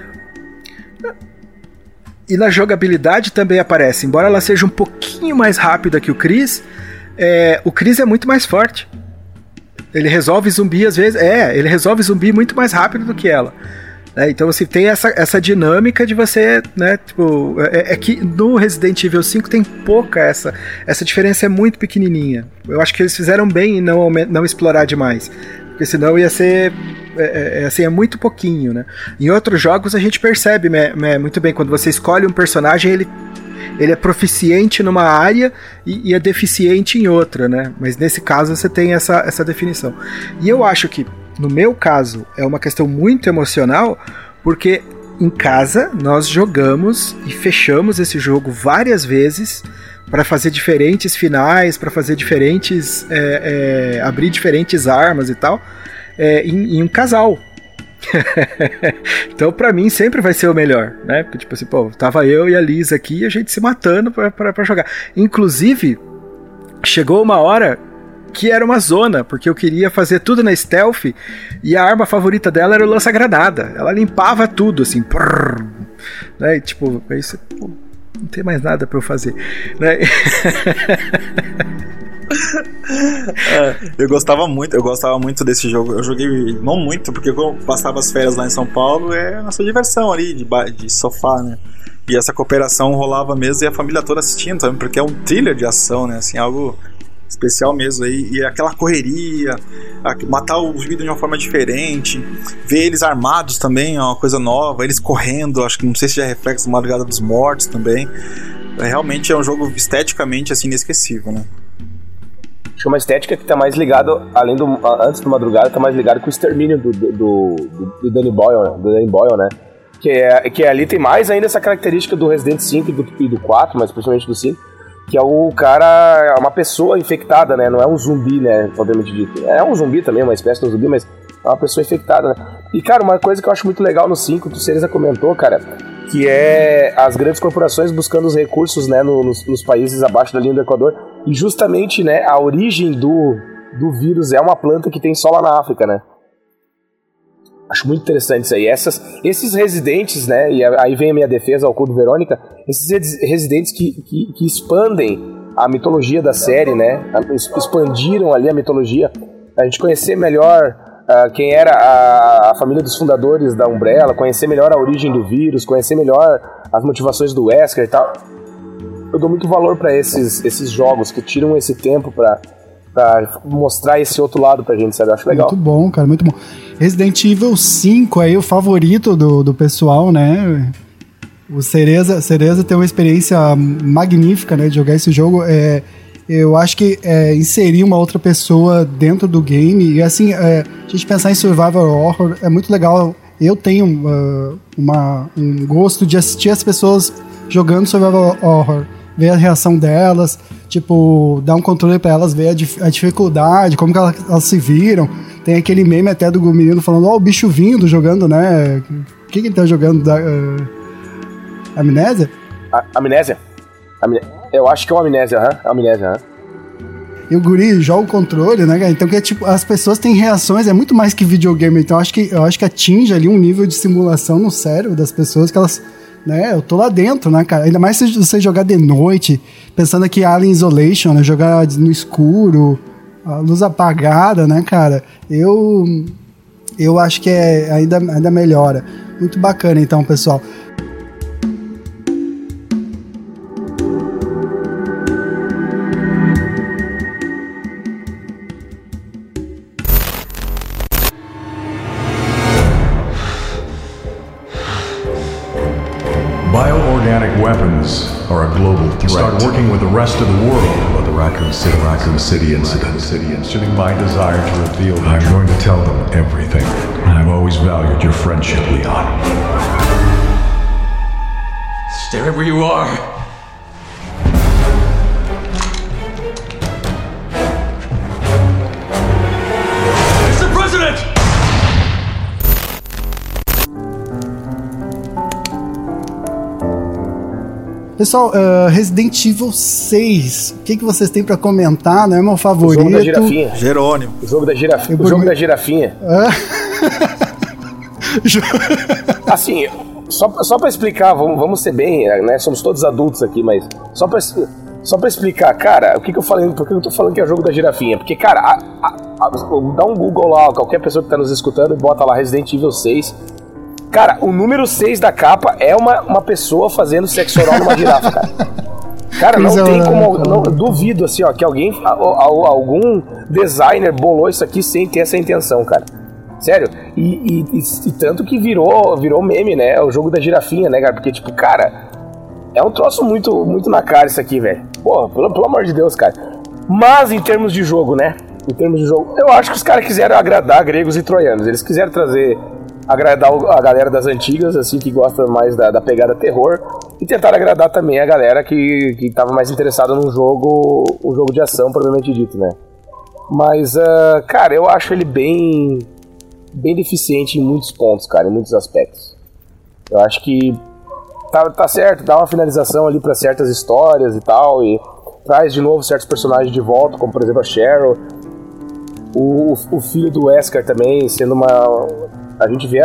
E na jogabilidade também aparece. Embora ela seja um pouquinho mais rápida que o Chris é muito mais forte. Ele resolve zumbi às vezes. Ele resolve zumbi muito mais rápido do que ela. Então você tem essa dinâmica de você, né? Tipo, que no Resident Evil 5 tem pouca essa diferença, é muito pequenininha. Eu acho que eles fizeram bem em não explorar demais. Porque senão ia ser assim, é muito pouquinho, né? Em outros jogos a gente percebe muito bem, quando você escolhe um personagem, ele é proficiente numa área e é deficiente em outra, né? Mas nesse caso você tem essa definição. E eu acho que, no meu caso, é uma questão muito emocional, porque em casa nós jogamos e fechamos esse jogo várias vezes para fazer diferentes finais, para fazer diferentes... abrir diferentes armas e tal, em um casal. Então, pra mim, sempre vai ser o melhor, né? Porque, tipo assim, tava eu e a Liz aqui, a gente se matando pra jogar. Inclusive, chegou uma hora que era uma zona, porque eu queria fazer tudo na stealth, e a arma favorita dela era o lança-granada. Ela limpava tudo, assim, né? E, tipo, isso, não tem mais nada pra eu fazer, né? Eu gostava muito desse jogo. Eu joguei não muito, porque quando eu passava as férias lá em São Paulo, é a nossa diversão ali de sofá, né? E essa cooperação rolava mesmo, e a família toda assistindo também, porque é um thriller de ação, né? Assim, algo especial mesmo aí. E aquela correria, matar o zumbi de uma forma diferente, ver eles armados também é uma coisa nova, eles correndo, acho que não sei se já é reflexo da Madrugada dos Mortos também. Realmente é um jogo esteticamente assim inesquecível, né? Acho que é uma estética que tá mais ligado, antes do Madrugada, tá mais ligado com o extermínio do Danny Boyle, né? Que ali tem mais ainda essa característica do Resident 5 e do 4, mas principalmente do 5, que é o cara, uma pessoa infectada, né? Não é um zumbi, né? Propriamente dito. É um zumbi também, uma espécie de um zumbi, mas é uma pessoa infectada, né? E, cara, uma coisa que eu acho muito legal no 5, que o Cereza comentou, cara, que é as grandes corporações buscando os recursos, né, nos países abaixo da linha do Equador. E justamente, né, a origem do vírus é uma planta que tem só lá na África, né? Acho muito interessante isso aí. Esses residentes, né, e aí vem a minha defesa ao Code Verônica, esses residentes que expandem a mitologia da série, né, expandiram ali a mitologia, a gente conhecer melhor quem era a família dos fundadores da Umbrella, conhecer melhor a origem do vírus, conhecer melhor as motivações do Wesker e tal. Eu dou muito valor pra esses jogos que tiram esse tempo pra mostrar esse outro lado pra gente, sabe? Eu acho legal. Muito bom, cara, muito bom. Resident Evil 5 aí, o favorito do pessoal, né? O Cereza tem uma experiência magnífica, né, de jogar esse jogo. Eu acho que inserir uma outra pessoa dentro do game, e assim, a gente pensar em survival horror é muito legal. Eu tenho um gosto de assistir as pessoas jogando survival horror, ver a reação delas, tipo, dar um controle pra elas, ver a dificuldade, como que elas se viram. Tem aquele meme até do menino falando, o bicho vindo jogando, né? O que ele tá jogando? Amnésia? Amnésia? Eu acho que é o Amnésia, Amnésia. E o guri joga o controle, né, cara? Então, que tipo, as pessoas têm reações, é muito mais que videogame. Então, eu acho que atinge ali um nível de simulação no cérebro das pessoas que elas, né, eu tô lá dentro, né, cara? Ainda mais se você jogar de noite, pensando aqui Alien Isolation, né, jogar no escuro, a luz apagada, né, cara? Eu acho que ainda melhora. Muito bacana, então, pessoal. Bioorganic weapons are a global threat. Start working with the rest of the world about the Raccoon City incident. Shooting my desire to reveal. I'm going to tell them everything. I've always valued your friendship, Leon. Stay right where you are. Mr. President! Pessoal, Resident Evil 6, o que vocês têm pra comentar, né? Meu favorito. O jogo da girafinha. Jerônimo. O jogo da girafinha. Assim, só pra explicar, vamos ser bem, né? Somos todos adultos aqui, mas só pra explicar, cara, por que eu tô falando que é o jogo da girafinha? Porque, cara, dá um Google lá, qualquer pessoa que tá nos escutando, e bota lá Resident Evil 6. Cara, o número 6 da capa é uma pessoa fazendo sexo oral numa girafa, cara. Cara, não tem como... Não, duvido, assim, ó, que algum designer bolou isso aqui sem ter essa intenção, cara. Sério. E tanto que virou meme, né? O jogo da girafinha, né, cara? Porque, tipo, cara... É um troço muito, muito na cara isso aqui, velho. Pô, pelo amor de Deus, cara. Mas, em termos de jogo, né? Eu acho que os caras quiseram agradar gregos e troianos. Eles quiseram agradar a galera das antigas, assim, que gosta mais da pegada terror, e tentar agradar também a galera que tava mais interessada num jogo de ação, propriamente dito, né? Mas, cara, eu acho ele bem deficiente em muitos pontos, cara, em muitos aspectos. Eu acho que tá certo, dá uma finalização ali pra certas histórias e tal, e traz de novo certos personagens de volta, como por exemplo a Cheryl, o filho do Wesker também, sendo a gente vê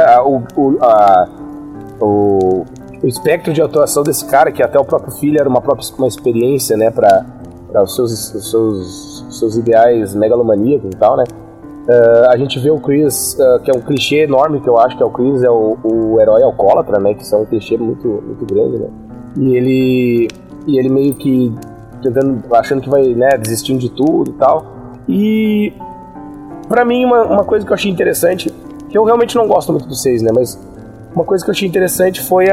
o espectro de atuação desse cara, que até o próprio filho era uma experiência, né, para os seus ideais megalomaníacos e tal, né. A gente vê o Chris, que é um clichê enorme, que eu acho que é o Chris, é o herói alcoólatra, né, que são um clichê muito, muito grande, né. E ele meio que achando que vai, né, desistindo de tudo e tal. E pra mim uma coisa que eu achei interessante, que eu realmente não gosto muito do 6, né, mas uma coisa que eu achei interessante foi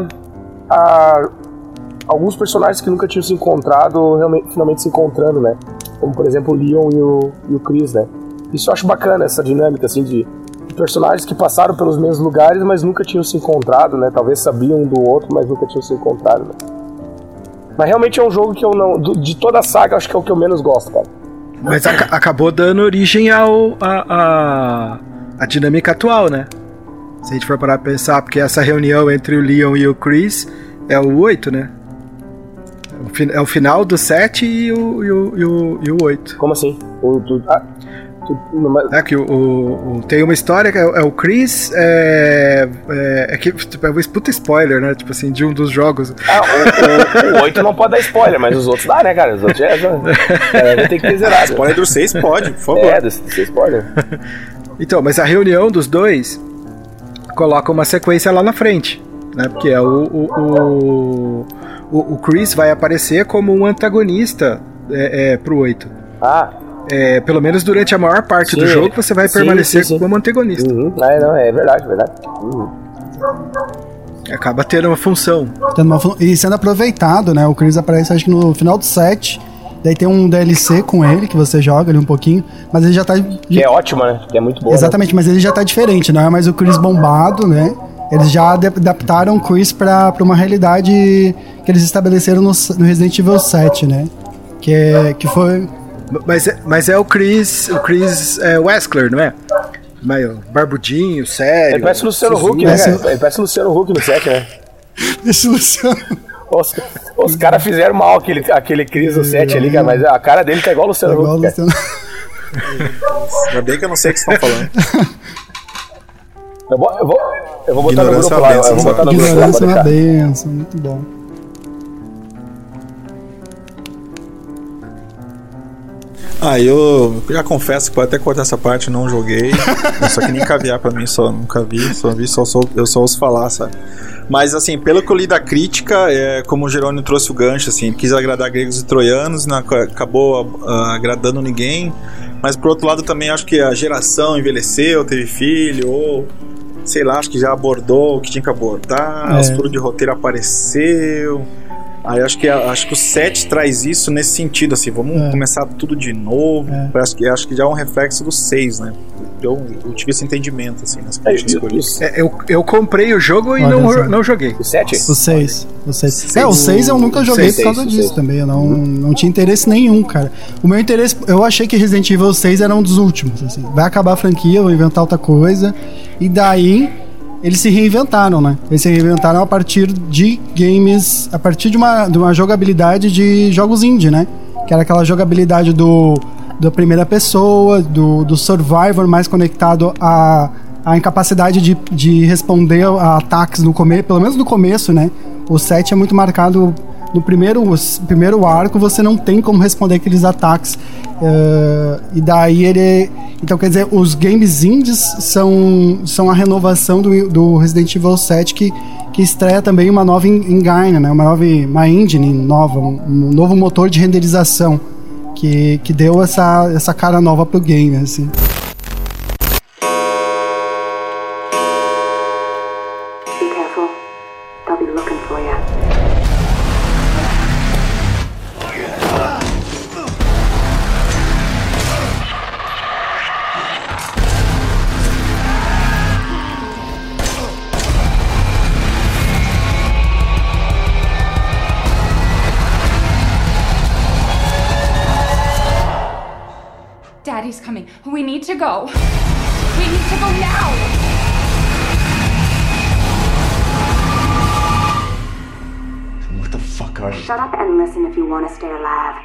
alguns personagens que nunca tinham se encontrado finalmente se encontrando, né, como por exemplo o Leon e o Chris, né. Isso eu acho bacana, essa dinâmica assim de personagens que passaram pelos mesmos lugares, mas nunca tinham se encontrado, né, talvez sabiam um do outro, mas nunca tinham se encontrado, né. Mas realmente é um jogo que eu não, de toda a saga, acho que é o que eu menos gosto, cara. Mas acabou dando origem a dinâmica atual, né? Se a gente for parar pra pensar, porque essa reunião entre o Leon e o Chris é o 8, né? É o final do 7 e o 8. Como assim? Que tem uma história que é o Chris, que tipo, é um puta spoiler, né? Tipo assim, de um dos jogos. O 8 não pode dar spoiler, mas os outros dá, né, cara? Os outros vai ter que ter zerado. Spoiler do 6 pode, por favor. Do 6 pode. Então, mas a reunião dos dois coloca uma sequência lá na frente, né? Porque é o Chris vai aparecer como um antagonista pro 8. Pelo menos durante a maior parte do jogo você vai permanecer como antagonista. É verdade. Acaba tendo uma função. E sendo aproveitado, né? O Chris aparece acho que no final do 7. Daí tem um DLC com ele, que você joga ali um pouquinho, mas ele já tá... Que é ótimo, né? Que é muito bom. Exatamente, né? Mas ele já tá diferente, não é mais o Chris bombado, né? Eles já adaptaram o Chris pra uma realidade que eles estabeleceram no Resident Evil 7, né? Que foi... Mas é o Chris Wesker, não é? Meio barbudinho, sério. Ele parece o Luciano Huck, né, cara? Ele parece o Luciano Huck no 7, né? Esse Luciano... Os caras fizeram mal aquele Chris do 7 ali, cara, mas a cara dele tá igual o Luciano Huck. Ainda bem que eu não sei o que vocês estão falando. Eu vou botar no grupo lá. Eu vou botar no grupo lá. Ignorância é uma benção, muito bom. Eu já confesso que pode até cortar essa parte, não joguei. Só que nem caviar pra mim, nunca vi, eu só ouço falar, sabe? Mas assim, pelo que eu li da crítica, como o Jerônimo trouxe o gancho, assim, quis agradar gregos e troianos, acabou agradando ninguém. Mas por outro lado também acho que a geração envelheceu, teve filho, ou sei lá, acho que já abordou o que tinha que abordar, os furos de roteiro apareceu. Aí acho que o 7 traz isso nesse sentido, assim, vamos começar tudo de novo. Acho que já é um reflexo do 6, né? Eu tive esse entendimento, assim, nas críticas. Eu comprei o jogo e não joguei. O 7? O 6. O 6 eu nunca joguei por causa disso também. Eu não tinha interesse nenhum, cara. O meu interesse, eu achei que Resident Evil 6 era um dos últimos, assim. Vai acabar a franquia, vou inventar outra coisa. E daí... eles se reinventaram, né? Eles se reinventaram a partir de games, a partir de uma jogabilidade de jogos indie, né? Que era aquela jogabilidade da primeira pessoa, do Survivor mais conectado à incapacidade de responder a ataques no começo, pelo menos no começo, né? O 7 é muito marcado no primeiro arco, você não tem como responder aqueles ataques. E daí então, quer dizer, os games indies são a renovação do Resident Evil 7 que estreia também uma nova engine, né? Uma engine nova, um novo motor de renderização que deu essa cara nova pro game, assim. Daddy's coming. We need to go. We need to go now. What the fuck are you? Shut up and listen if you want to stay alive.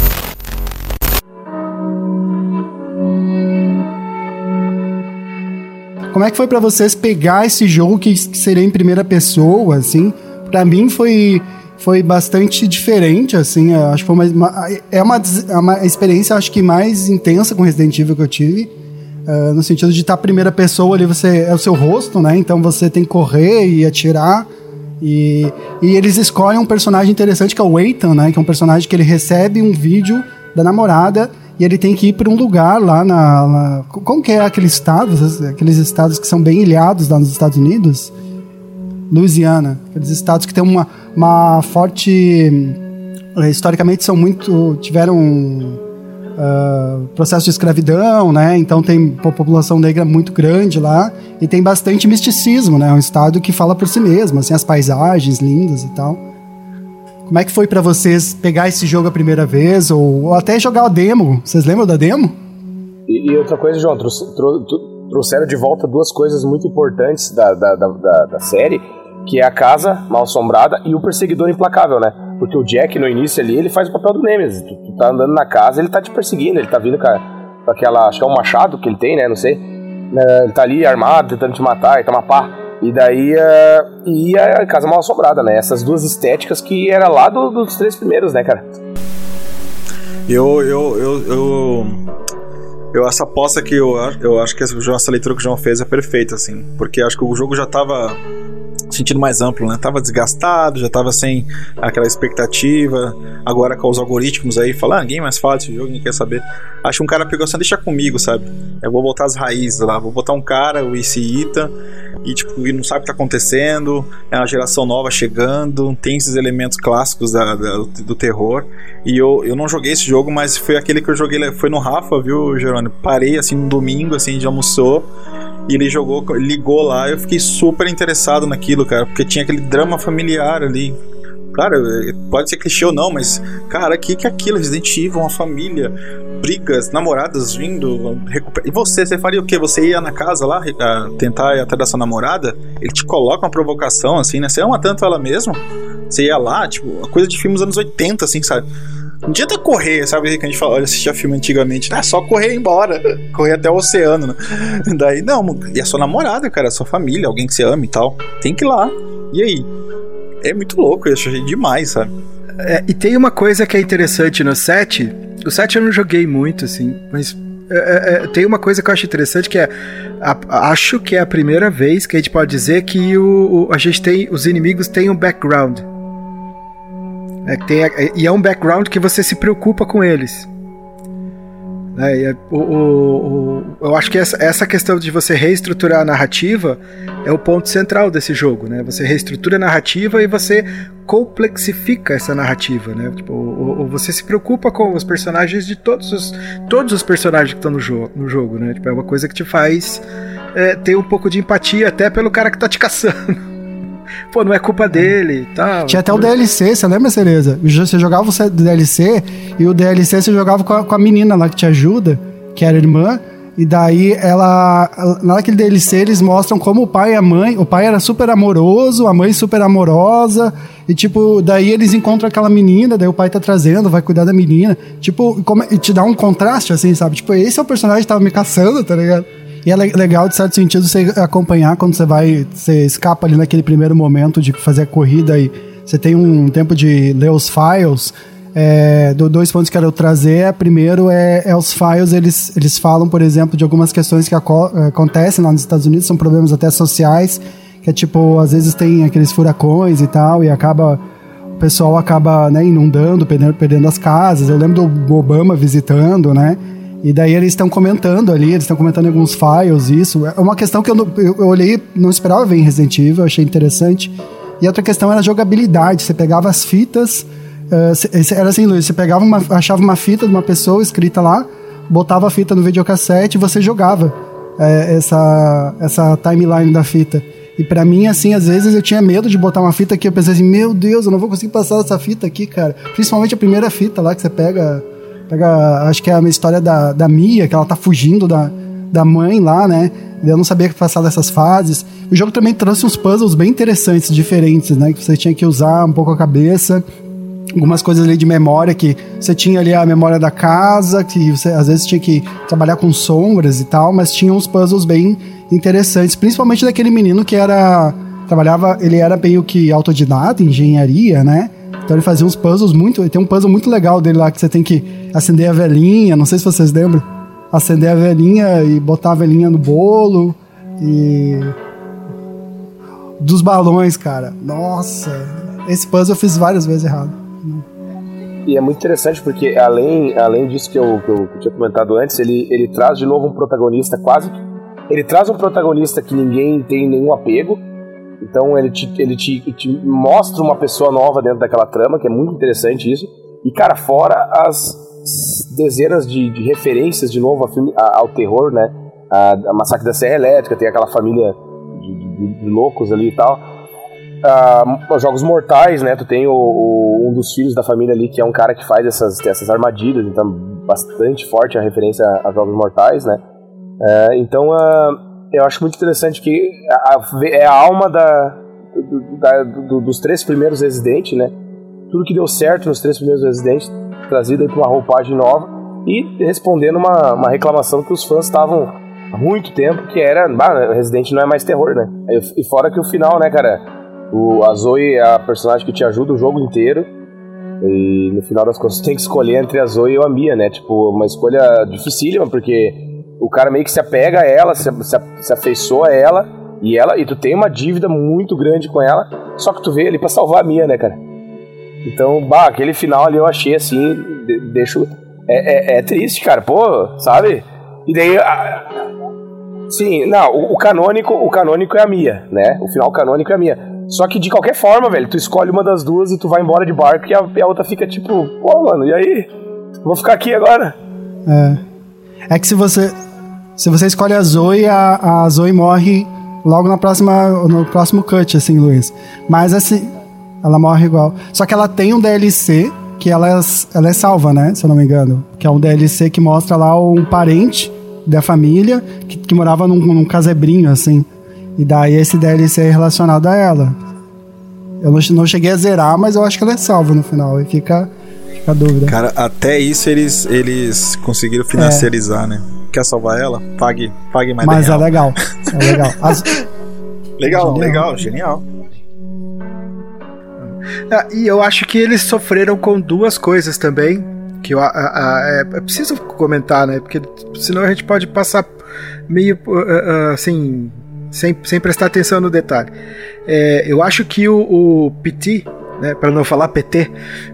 Como é que foi pra vocês pegar esse jogo que seria em primeira pessoa, assim? Pra mim foi bastante diferente, assim, acho que foi uma experiência, acho que mais intensa com Resident Evil que eu tive, no sentido de estar primeira pessoa ali, é o seu rosto, né, então você tem que correr e atirar, e eles escolhem um personagem interessante que é o Ethan, né, que é um personagem que ele recebe um vídeo da namorada e ele tem que ir para um lugar lá como que é aqueles estados que são bem ilhados lá nos Estados Unidos? Louisiana, aqueles estados que tem uma forte... historicamente tiveram processo de escravidão, né? Então tem população negra muito grande lá e tem bastante misticismo, né? É um estado que fala por si mesmo, assim, as paisagens lindas e tal. Como é que foi pra vocês pegar esse jogo a primeira vez ou até jogar a demo? Vocês lembram da demo? E outra coisa, João, trouxeram de volta duas coisas muito importantes da série, que é a casa mal-assombrada e o perseguidor implacável, né? Porque o Jack, no início ali, ele faz o papel do Nemesis. Tu tá andando na casa, ele tá te perseguindo, ele tá vindo com aquela... acho que é um machado que ele tem, né? Não sei. Ele tá ali armado, tentando te matar, e tá uma pá. E daí... e a casa mal-assombrada, né? Essas duas estéticas que era lá dos 3 primeiros, né, cara? Eu Essa aposta que eu acho que essa leitura que o João fez é perfeita, assim, porque acho que o jogo já tava sentindo mais amplo, né? Tava desgastado, já tava sem aquela expectativa. Agora com os algoritmos aí, ninguém mais fala desse jogo, ninguém quer saber. Acho que um cara pegou assim, deixa comigo, sabe? Eu vou botar as raízes lá, vou botar um cara, o Ita, e tipo, ele não sabe o que tá acontecendo, é uma geração nova chegando, tem esses elementos clássicos do terror. E eu não joguei esse jogo, mas foi aquele que eu joguei, foi no Rafa, viu, Jerônimo? Parei assim no domingo, assim, a gente almoçou, e ele ligou lá, eu fiquei super interessado naquilo, cara, porque tinha aquele drama familiar ali. Cara, pode ser clichê ou não, mas, cara, o que é aquilo? Resident Evil, uma família, brigas, namoradas vindo, e você faria o quê? Você ia na casa lá, tentar ir atrás da sua namorada? Ele te coloca uma provocação, assim, né? Você ama tanto ela mesmo? Você ia lá, tipo, a coisa de filmes dos anos 80, assim, sabe? Não adianta correr, sabe? Que a gente fala, olha, assistia filme antigamente, é só correr embora, correr até o oceano, né? Daí, não, e a sua namorada, cara, a sua família, alguém que você ama e tal, tem que ir lá. E aí? É muito louco, eu achei demais, sabe? E tem uma coisa que é interessante no 7, o 7 eu não joguei muito, assim, mas tem uma coisa que eu acho interessante, que acho que é a primeira vez que a gente pode dizer que a gente tem, os inimigos têm um background. E é um background que você se preocupa com eles. Eu acho que essa questão de você reestruturar a narrativa é o ponto central desse jogo, né? Você reestrutura a narrativa e você complexifica essa narrativa, né? Tipo, você se preocupa com os personagens de todos os personagens que estão no jogo, né? Tipo, é uma coisa que te faz ter um pouco de empatia até pelo cara que tá te caçando. Pô, não é culpa dele e tal. Tinha até o DLC, você lembra, Cereza? Você jogava o DLC e o DLC você jogava com a menina lá que te ajuda, que era irmã, e daí naquele DLC eles mostram como o pai era super amoroso, a mãe super amorosa, e tipo, daí eles encontram aquela menina, daí o pai tá trazendo, vai cuidar da menina, tipo, e te dá um contraste, assim, sabe? Tipo, esse é o personagem que tava me caçando, tá ligado? E é legal, de certo sentido, você acompanhar quando você escapa ali naquele primeiro momento de fazer a corrida e você tem um tempo de ler os files. Dois pontos que eu quero trazer. Primeiro os files, eles falam, por exemplo, de algumas questões que acontecem lá nos Estados Unidos, são problemas até sociais, que é tipo, às vezes tem aqueles furacões e tal, e o pessoal acaba, né, inundando, perdendo as casas. Eu lembro do Obama visitando, né? E daí eles estão comentando ali, eles estão comentando em alguns files, isso. É uma questão que eu olhei, não esperava ver em Resident Evil, achei interessante. E outra questão era a jogabilidade. Você pegava as fitas, era assim, Luiz, você achava uma fita de uma pessoa escrita lá, botava a fita no videocassete e você jogava essa timeline da fita. E pra mim, assim, às vezes eu tinha medo de botar uma fita aqui, eu pensei assim, meu Deus, eu não vou conseguir passar essa fita aqui, cara. Principalmente a primeira fita lá que você pega, acho que é a história da Mia, que ela tá fugindo da mãe lá, né? Eu não sabia passar dessas fases. O jogo também trouxe uns puzzles bem interessantes, diferentes, né? Que você tinha que usar um pouco a cabeça. Algumas coisas ali de memória, que você tinha ali a memória da casa, que você às vezes tinha que trabalhar com sombras e tal, mas tinha uns puzzles bem interessantes, principalmente daquele menino que ele era meio que autodidata, engenharia, né? Então ele fazia uns puzzles tem um puzzle muito legal dele lá, que você tem que acender a velhinha, não sei se vocês lembram, acender a velhinha e botar a velhinha no bolo, e dos balões, cara, nossa, esse puzzle eu fiz várias vezes errado. E é muito interessante porque além disso que eu tinha comentado antes, ele traz de novo um protagonista ele traz um protagonista que ninguém tem nenhum apego. Então ele te mostra uma pessoa nova dentro daquela trama, que é muito interessante isso. E, cara, fora as dezenas de referências de novo ao terror, né? A Massacre da Serra Elétrica, tem aquela família de loucos ali e tal. Os Jogos Mortais, né? Tu tem um dos filhos da família ali, que é um cara que faz essas armadilhas, então bastante forte a referência a Jogos Mortais, né? Então eu acho muito interessante que é a alma dos três primeiros Resident, né? Tudo que deu certo nos três primeiros Resident, trazido aí pra uma roupagem nova e respondendo uma reclamação que os fãs estavam há muito tempo, que era, Resident não é mais terror, né? E fora que o final, né, cara, a Zoe é a personagem que te ajuda o jogo inteiro, e no final das contas você tem que escolher entre a Zoe e a Mia, né? Tipo, uma escolha dificílima, porque o cara meio que se apega a ela, se afeiçoa a ela, e tu tem uma dívida muito grande com ela, só que tu veio ali pra salvar a Mia, né, cara? Então, aquele final ali eu achei assim, é triste, cara, pô, sabe? E daí, sim, não, o canônico é a Mia, né? O final canônico é a Mia. Só que de qualquer forma, velho, tu escolhe uma das duas e tu vai embora de barco e a outra fica tipo, pô, mano, e aí? Vou ficar aqui agora. É que se você escolhe a Zoe, a Zoe morre logo no próximo cut, assim, Luiz. Mas assim, ela morre igual. Só que ela tem um DLC que ela é salva, né? Se eu não me engano. Que é um DLC que mostra lá um parente da família que morava num casebrinho, assim. E daí esse DLC é relacionado a ela. Eu não cheguei a zerar, mas eu acho que ela é salva no final. E fica a dúvida. Cara, até isso eles conseguiram financiarizar, né? Quer salvar ela? Pague mais. Mas é legal. É legal. Legal, genial. E eu acho que eles sofreram com duas coisas também, que é preciso comentar, né? Porque senão a gente pode passar meio assim, sem prestar atenção no detalhe. Eu acho que o PT, né, para não falar PT,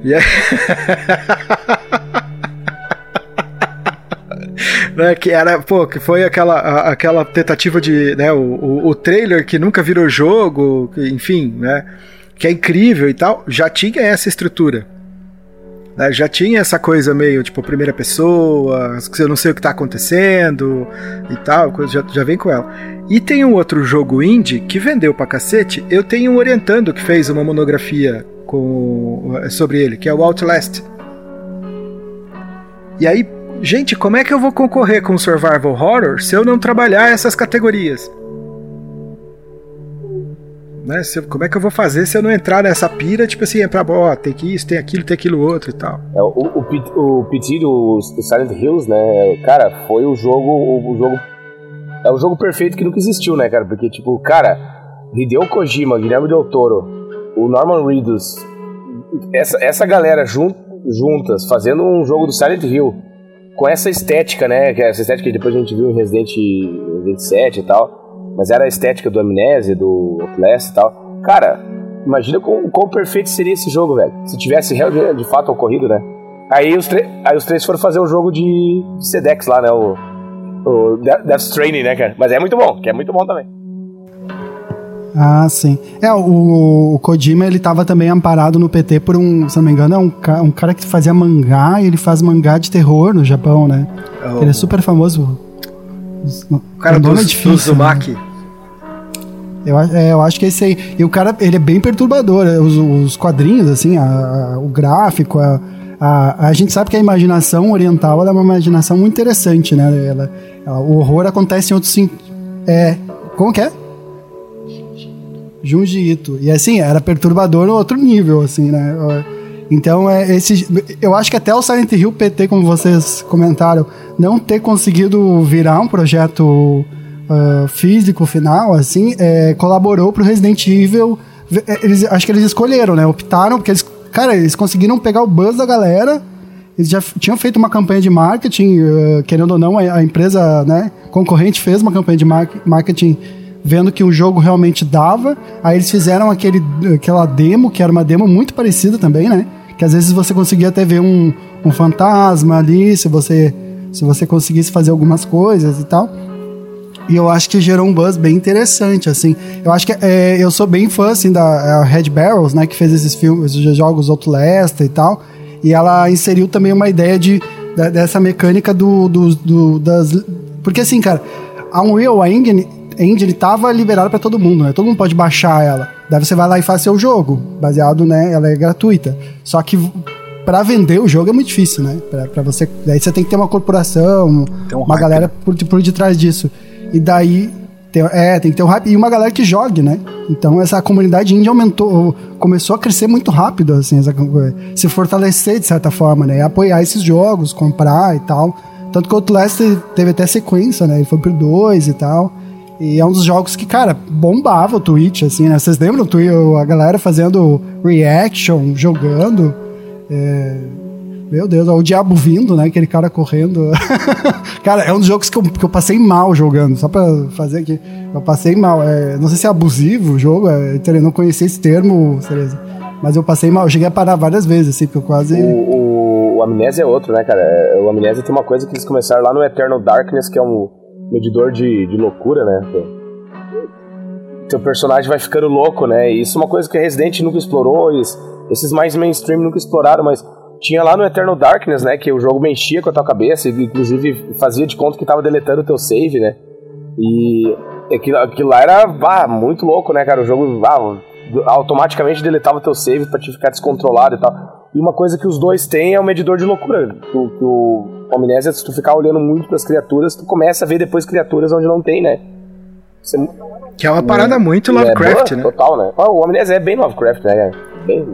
né, que foi aquela tentativa de, né, o trailer que nunca virou jogo, enfim, né, que é incrível e tal, já tinha essa estrutura, né, já tinha essa coisa meio tipo primeira pessoa, eu não sei o que tá acontecendo e tal, já vem com ela. E tem um outro jogo indie que vendeu pra cacete. Eu tenho um orientando que fez uma monografia sobre ele, que é o Outlast. E aí, gente, como é que eu vou concorrer com Survival Horror se eu não trabalhar essas categorias? Né? Como é que eu vou fazer se eu não entrar nessa pira, tipo assim, tem que isso, tem aquilo outro e tal. O PT do Silent Hills, né, cara, foi o jogo é o jogo perfeito que nunca existiu, né, cara, porque, tipo, cara, Hideo Kojima, Guilherme Del Toro, o Norman Reedus, essa galera juntas, fazendo um jogo do Silent Hill, com essa estética, né, que essa estética que depois a gente viu em Resident 7 e tal, mas era a estética do Amnésia, do Outlast e tal. Cara, imagina quão perfeito seria esse jogo, velho, se tivesse de fato ocorrido, né. Aí os três foram fazer o jogo de Sedex lá, né, o Death Stranding, né, cara? Mas é muito bom, que é muito bom também. Ah, sim. O Kojima, ele tava também amparado no PT por se não me engano, um cara que fazia mangá, e ele faz mangá de terror no Japão, né? Ele é super famoso. O cara do Uzumaki. Né? Eu acho que é esse aí. E o cara, ele é bem perturbador. Os quadrinhos, assim, o gráfico, a gente sabe que a imaginação oriental ela é uma imaginação muito interessante, né? O horror acontece em outros... como que é? Junji Ito. E assim, era perturbador no outro nível, assim, né? Então, eu acho que até o Silent Hill PT, como vocês comentaram, não ter conseguido virar um projeto físico final, assim, colaborou pro Resident Evil. Acho que eles escolheram, né? Optaram, porque eles conseguiram pegar o buzz da galera. Eles já tinham feito uma campanha de marketing, querendo ou não, a empresa, né, concorrente fez uma campanha de marketing vendo que o jogo realmente dava. Aí eles fizeram aquela demo, que era uma demo muito parecida também, né? Que às vezes você conseguia até ver um fantasma ali, se você conseguisse fazer algumas coisas e tal. E eu acho que gerou um buzz bem interessante, assim. Eu acho que eu sou bem fã, assim, da Red Barrels, né? Que fez esses jogos Outlast e tal. E ela inseriu também uma ideia dessa mecânica das... Porque, assim, cara, a Unreal Engine tava liberada pra todo mundo, né? Todo mundo pode baixar ela. Daí você vai lá e faz seu jogo, baseado, né? Ela é gratuita. Só que pra vender o jogo é muito difícil, né? Pra você... Daí você tem que ter uma corporação, uma galera por detrás disso. E daí tem que ter um hype e uma galera que jogue, né? Então essa comunidade indie começou a crescer muito rápido, assim, se fortalecer de certa forma, né? E apoiar esses jogos, comprar e tal. Tanto que o Outlast teve até sequência, né? Ele foi pro 2 e tal. E é um dos jogos que, cara, bombava o Twitch, assim, né? Vocês lembram a galera fazendo reaction, jogando? Meu Deus, o diabo vindo, né? Aquele cara correndo. Cara, é um dos jogos que eu passei mal jogando. Só pra fazer aqui. Eu passei mal. Não sei se é abusivo o jogo. Eu não conhecia esse termo, Cereza. Mas eu passei mal. Eu cheguei a parar várias vezes, assim, porque eu quase... O Amnésia é outro, né, cara? O Amnésia tem uma coisa que eles começaram lá no Eternal Darkness, que é um medidor de loucura, né? Teu personagem vai ficando louco, né? E isso é uma coisa que a Resident nunca explorou. Esses mais mainstream nunca exploraram, mas... Tinha lá no Eternal Darkness, né, que o jogo mexia com a tua cabeça, e inclusive fazia de conta que tava deletando o teu save, né, e aquilo lá era muito louco, né, cara, o jogo automaticamente deletava o teu save pra te ficar descontrolado e tal. E uma coisa que os dois têm é o medidor de loucura, o Amnésia, se tu ficar olhando muito pras criaturas, tu começa a ver depois criaturas onde não tem, né. Que é uma parada muito Lovecraft, né. Total, né. O Amnésia é bem Lovecraft, né, bem...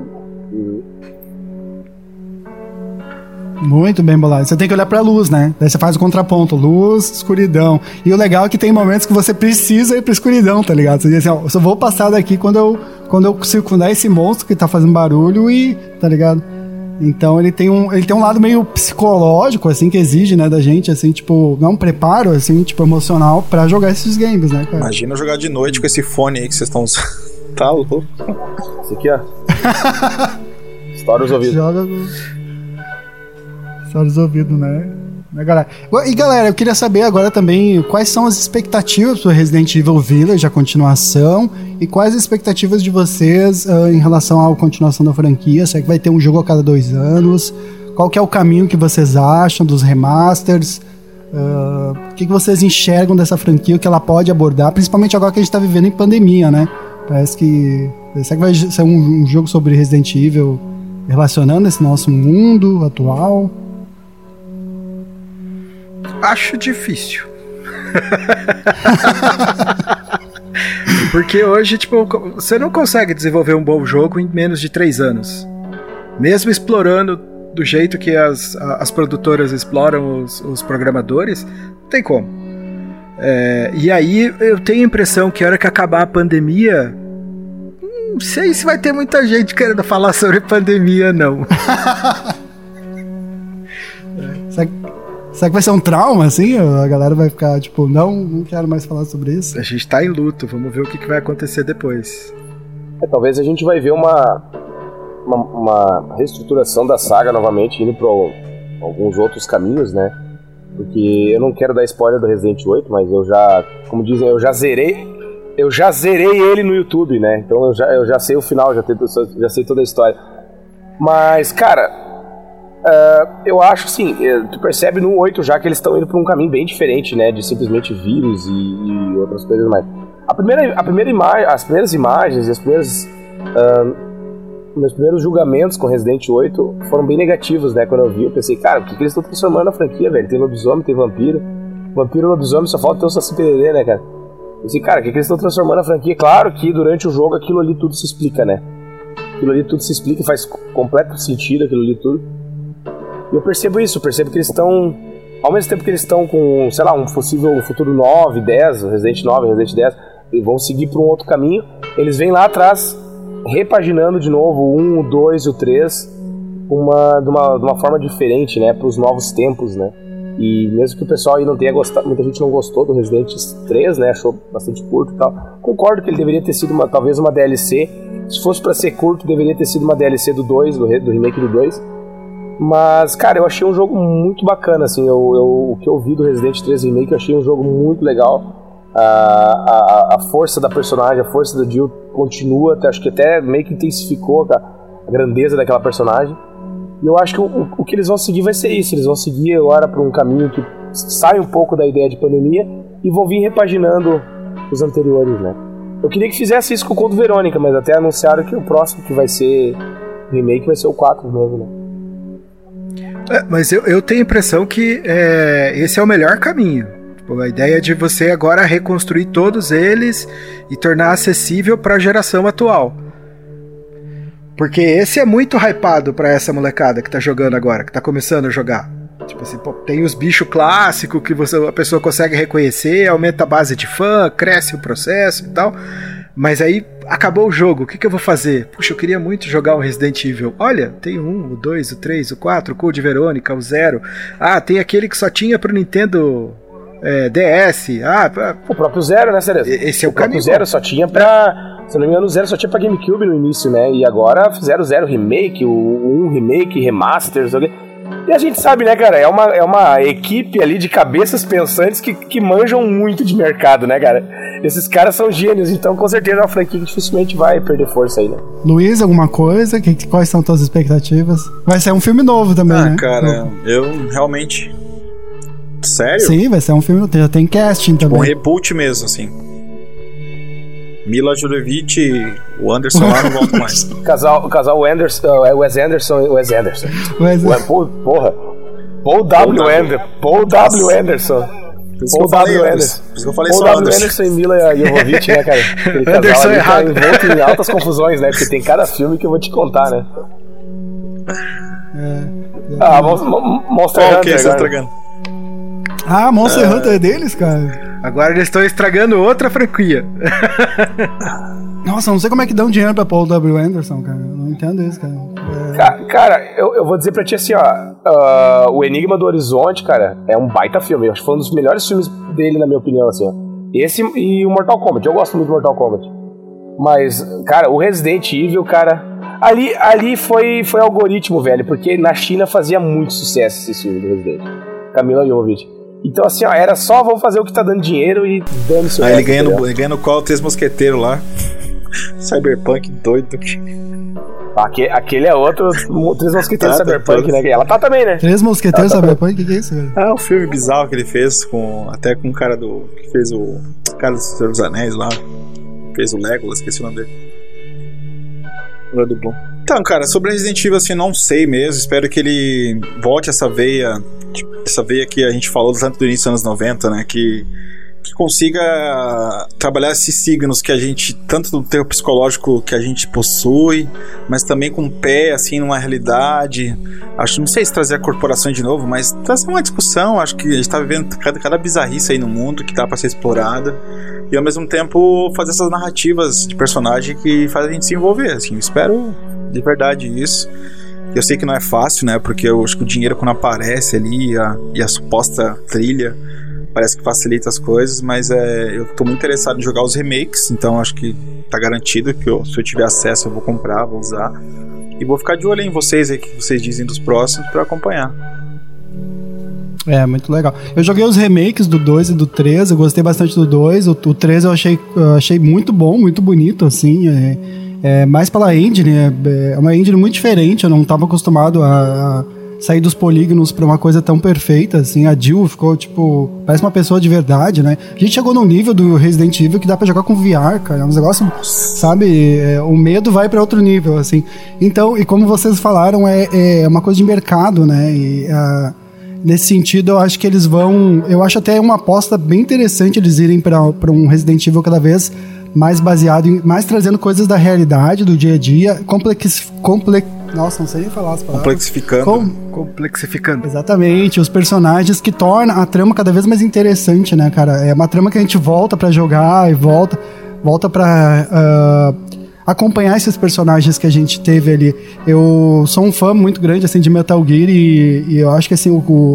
Muito bem bolado. Você tem que olhar pra luz, né? Daí você faz o contraponto, luz, escuridão. E o legal é que tem momentos que você precisa ir pra escuridão, tá ligado? Você diz assim, ó, eu só vou passar daqui quando eu circundar esse monstro que tá fazendo barulho e, tá ligado? Então ele tem um lado meio psicológico, assim, que exige, né, da gente, assim, tipo, não um preparo, assim, tipo, emocional pra jogar esses games, né, cara? Imagina jogar de noite com esse fone aí que vocês estão usando. Tá louco. Esse aqui, ó. Estoura os ouvidos. Joga... Só nos ouvidos, né, galera? E galera, eu queria saber agora também quais são as expectativas pro Resident Evil Village, a continuação, e quais as expectativas de vocês em relação à continuação da franquia. Será que vai ter um jogo a cada 2 anos? Qual que é o caminho que vocês acham dos remasters? O que vocês enxergam dessa franquia, o que ela pode abordar, principalmente agora que a gente tá vivendo em pandemia, né? Parece que... Será que vai ser um jogo sobre Resident Evil relacionando esse nosso mundo atual? Acho difícil. Porque hoje, tipo, você não consegue desenvolver um bom jogo em menos de 3 anos. Mesmo explorando do jeito que as produtoras exploram os programadores, não tem como. E aí eu tenho a impressão que a hora que acabar a pandemia, não sei se vai ter muita gente querendo falar sobre pandemia, não. Será que vai ser um trauma, assim? A galera vai ficar, tipo, não quero mais falar sobre isso? A gente tá em luto, vamos ver o que vai acontecer depois. Talvez a gente vai ver uma reestruturação da saga novamente, indo pra alguns outros caminhos, né? Porque eu não quero dar spoiler do Resident 8, mas eu já, como dizem, eu já zerei ele no YouTube, né? Então eu já sei o final, já sei toda a história. Mas, cara... eu acho assim, tu percebe no 8 já que eles estão indo por um caminho bem diferente, né, de simplesmente vírus e outras coisas mais. As primeiras imagens e meus primeiros julgamentos com Resident 8 foram bem negativos, né, quando eu vi, eu pensei, cara, o que eles estão transformando na franquia, velho? Tem lobisomem, tem vampiro e lobisomem, só falta ter o Saci Pererê, né, cara? Eu pensei, cara, o que eles estão transformando na franquia? Claro que durante o jogo aquilo ali tudo se explica, né, faz completo sentido aquilo ali tudo. E eu percebo que eles estão, ao mesmo tempo que eles estão com, sei lá, um futuro 9, 10, Resident 9, Resident 10, eles vão seguir por um outro caminho, eles vêm lá atrás, repaginando de novo o 1, o 2 e o 3, de uma forma diferente, né, para os novos tempos, né. E mesmo que o pessoal aí não tenha gostado, muita gente não gostou do Resident 3, né, achou bastante curto e tal, concordo que ele deveria ter sido talvez uma DLC, se fosse para ser curto, deveria ter sido uma DLC do 2, do remake do 2. Mas, cara, eu achei um jogo muito bacana, assim, o que eu vi do Resident 3 Remake, eu achei um jogo muito legal. A força da personagem, a força da Jill continua, acho que até meio que intensificou a grandeza daquela personagem. E eu acho que o que eles vão seguir vai ser isso, eles vão seguir agora por um caminho que sai um pouco da ideia de pandemia e vão vir repaginando os anteriores, né. Eu queria que fizesse isso com o Code Verônica, mas até anunciaram que o próximo que vai ser remake vai ser o 4 mesmo, né. Mas eu tenho a impressão que esse é o melhor caminho. Tipo, a ideia de você agora reconstruir todos eles e tornar acessível para a geração atual. Porque esse é muito hypado para essa molecada que tá jogando agora, que tá começando a jogar. Tipo assim, pô, tem os bichos clássicos que a pessoa consegue reconhecer, aumenta a base de fã, cresce o processo e tal. Mas aí acabou o jogo, o que eu vou fazer? Puxa, eu queria muito jogar um Resident Evil. Olha, tem o 1, o 2, o 3, o 4, o Code Verônica, o 0. Ah, tem aquele que só tinha pro Nintendo DS. O próprio 0, né, Cerezo? Esse é o caminho. O 0 só tinha pra... Se não me engano, o 0 só tinha pra GameCube no início, né? E agora fizeram o 0 Remake, o 1 Remake, Remasters... E a gente sabe, né, cara, é uma equipe ali de cabeças pensantes que manjam muito de mercado, né, cara? Esses caras são gênios, então com certeza é uma franquia que dificilmente vai perder força aí, né? Luiz, alguma coisa? Quais são tuas expectativas? Vai ser um filme novo também, né? Cara, eu realmente... Sério? Sim, vai ser um filme, já tem casting também. Um reboot mesmo, assim. Mila Jovovich e o Anderson lá não voltam mais. Casal Anderson, Wes Anderson. Porra. Paul W. Anderson. Paul W. Anderson. Paul W. Anderson e Mila Jovovich, né, cara? Aquele Anderson errado. Envolto em altas confusões, né? Porque tem cada filme que eu vou te contar, né? Monster Hunter. Monster Hunter é deles, cara? Agora eles estão estragando outra franquia. Nossa, não sei como é que dão dinheiro pra Paul W. Anderson, cara. Eu não entendo isso, cara. Cara, eu vou dizer pra ti assim, ó. O Enigma do Horizonte, cara, é um baita filme. Eu acho que foi um dos melhores filmes dele, na minha opinião, assim, ó. Esse e o Mortal Kombat. Eu gosto muito do Mortal Kombat. Mas, cara, o Resident Evil, cara... Ali foi algoritmo, velho. Porque na China fazia muito sucesso esse filme do Resident. Camila Jovovich. Então, assim, ó, era só vamos fazer o que tá dando dinheiro e dando-se o resto. Ele ganha no qual o Três Mosqueteiros lá. Cyberpunk doido. Aquele é outro Três Mosqueteiros Cyberpunk, né? Ela tá também, né? Três Mosqueteiros Cyberpunk? O que é isso, velho? Um filme bizarro que ele fez até com o cara que fez o cara do Senhor dos Anéis lá. Fez o Legolas, esqueci o nome dele. Do bom. Então, cara, sobre Resident Evil, assim, não sei mesmo. Espero que ele volte essa veia que a gente falou tanto do início dos anos 90, né? Que consiga trabalhar esses signos que a gente, tanto do terror psicológico que a gente possui, mas também com o pé, assim, numa realidade. Não sei se trazer a corporação de novo, mas trazer uma discussão. Acho que a gente tá vivendo cada bizarrice aí no mundo que dá pra ser explorada. E ao mesmo tempo fazer essas narrativas de personagem que fazem a gente se envolver, assim. Espero de verdade isso. Eu sei que não é fácil, né? Porque eu acho que o dinheiro, quando aparece ali e a suposta trilha, parece que facilita as coisas, mas eu tô muito interessado em jogar os remakes, então acho que tá garantido que se eu tiver acesso eu vou comprar, vou usar. E vou ficar de olho em vocês aí, que vocês dizem dos próximos, pra acompanhar. Muito legal. Eu joguei os remakes do 2 e do 3, eu gostei bastante do 2. O 3 eu achei muito bom, muito bonito, assim. Mais pela engine, é uma engine muito diferente. Eu não estava acostumado a sair dos polígonos pra uma coisa tão perfeita, assim. A Jill ficou, tipo, parece uma pessoa de verdade, né? A gente chegou num nível do Resident Evil que dá pra jogar com VR, cara. É um negócio, sabe? O medo vai pra outro nível, assim. Então, e como vocês falaram, é uma coisa de mercado, né? E nesse sentido, eu acho que eles vão... Eu acho até uma aposta bem interessante eles irem pra um Resident Evil cada vez mais baseado em... Mais trazendo coisas da realidade, do dia a dia, Nossa, não sei nem falar as palavras. Complexificando. Exatamente, os personagens que tornam a trama cada vez mais interessante, né, cara? É uma trama que a gente volta pra jogar e volta pra... acompanhar esses personagens que a gente teve ali. Eu sou um fã muito grande, assim, de Metal Gear e eu acho que, assim,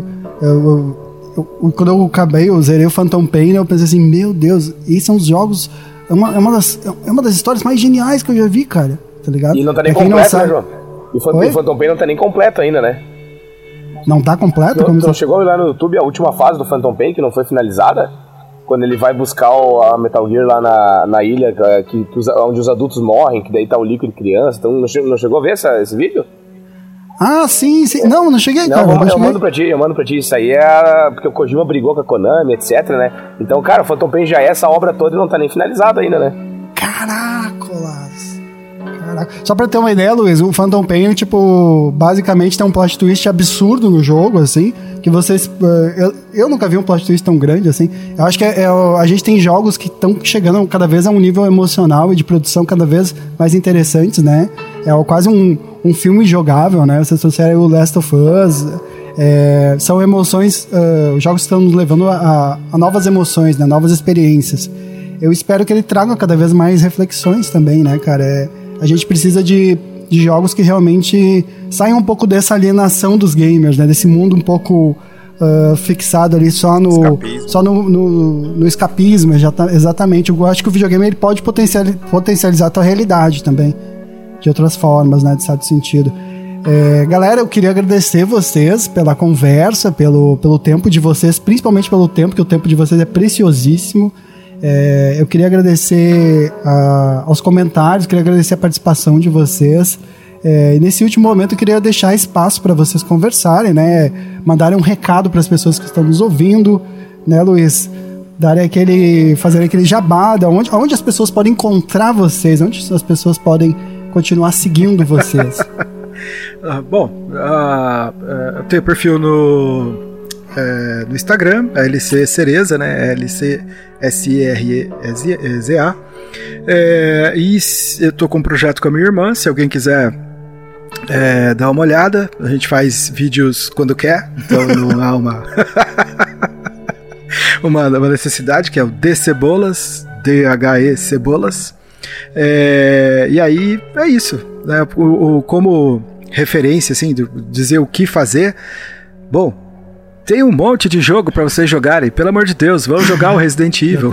quando eu zerei o Phantom Pain, eu pensei assim, meu Deus, esses são os jogos... É uma das histórias mais geniais que eu já vi, cara, tá ligado? E não tá nem completo, né, João? E o Phantom Pain não tá nem completo ainda, né? Não tá completo? Não chegou lá no YouTube a última fase do Phantom Pain, que não foi finalizada? Quando ele vai buscar a Metal Gear lá na ilha onde os adultos morrem, que daí tá o líquido de criança. Então não chegou a ver esse vídeo? Ah, sim. Não cheguei, cara. Eu mando pra ti. Isso aí porque o Kojima brigou com a Konami, etc, né? Então, cara, o Phantom Pain já é essa obra toda e não tá nem finalizado ainda, né? Caracolas. Só pra ter uma ideia, Luiz, o Phantom Pain, tipo, basicamente tem um plot twist absurdo no jogo, assim, que vocês... Eu nunca vi um plot twist tão grande, assim. Eu acho que a gente tem jogos que estão chegando cada vez a um nível emocional e de produção cada vez mais interessantes, né? É quase um filme jogável, né? Vocês trouxeram o Last of Us... são emoções... os jogos estão nos levando a novas emoções, né? Novas experiências. eu espero que ele traga cada vez mais reflexões também, né, cara? A gente precisa de jogos que realmente saiam um pouco dessa alienação dos gamers, né? Desse mundo um pouco fixado ali só no escapismo, exatamente. Eu acho que o videogame ele pode potencializar a tua realidade também, de outras formas, né? De certo sentido. Galera, eu queria agradecer vocês pela conversa, pelo tempo de vocês, principalmente pelo tempo, que o tempo de vocês é preciosíssimo. Eu queria agradecer aos comentários, queria agradecer a participação de vocês. E nesse último momento eu queria deixar espaço para vocês conversarem, né? Mandarem um recado para as pessoas que estão nos ouvindo, né, Luiz? Fazerem aquele jabá, onde as pessoas podem encontrar vocês, onde as pessoas podem continuar seguindo vocês. Bom, eu tenho perfil no Instagram, LC Cereza, né? LCSREZA. E eu tô com um projeto com a minha irmã, se alguém quiser dar uma olhada. A gente faz vídeos quando quer, então não há uma necessidade, que é o D Cebolas, DHE Cebolas. E aí é isso, né? Como referência, assim, dizer o que fazer. Bom, tem um monte de jogo pra vocês jogarem, pelo amor de Deus, vamos jogar o Resident Evil.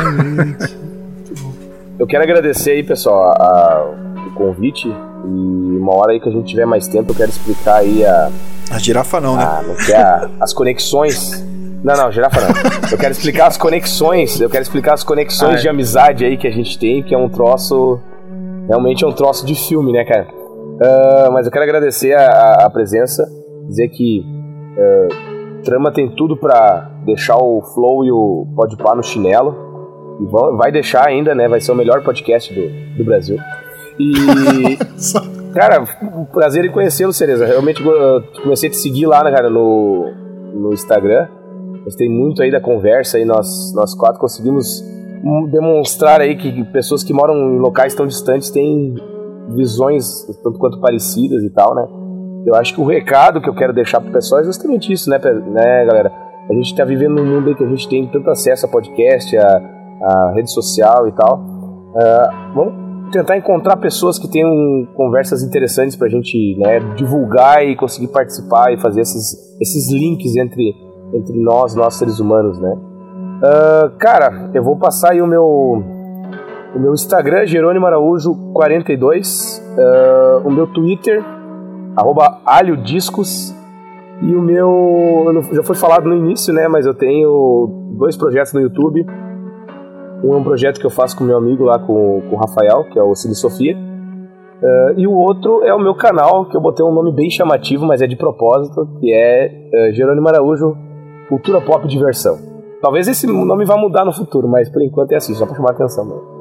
Eu quero agradecer aí, pessoal, o convite, e uma hora aí que a gente tiver mais tempo eu quero explicar aí a girafa não, né? As conexões. Não, girafa não. Eu quero explicar as conexões de amizade aí que a gente tem, que é um troço, realmente é um troço de filme, né, cara? Mas eu quero agradecer a presença, dizer que Trama tem tudo pra deixar o Flow e o Podpah no chinelo, e vai deixar ainda, né? Vai ser o melhor podcast do Brasil. E, cara, um prazer em conhecê-lo, Cereza. Realmente comecei a te seguir lá, né, cara, no Instagram. Gostei muito aí da conversa, e nós quatro conseguimos demonstrar aí que pessoas que moram em locais tão distantes têm visões tanto quanto parecidas e tal, né? Eu acho que o recado que eu quero deixar pro pessoal é justamente isso, né, galera? A gente tá vivendo num mundo aí que a gente tem tanto acesso a podcast, a rede social e tal. Vamos tentar encontrar pessoas que tenham conversas interessantes pra gente, né, divulgar e conseguir participar e fazer esses links entre nós seres humanos, né? Cara, eu vou passar aí o meu Instagram, Jerônimo Araújo 42, o meu Twitter, @alhodiscos, e o meu, já foi falado no início, né, mas eu tenho 2 projetos no YouTube. Um é um projeto que eu faço com meu amigo lá, com o Rafael, que é o Cine Sofia, e o outro é o meu canal, que eu botei um nome bem chamativo, mas é de propósito, que é Jerônimo Araújo Cultura Pop Diversão. Talvez esse nome vá mudar no futuro, mas por enquanto é assim, só pra chamar a atenção mesmo.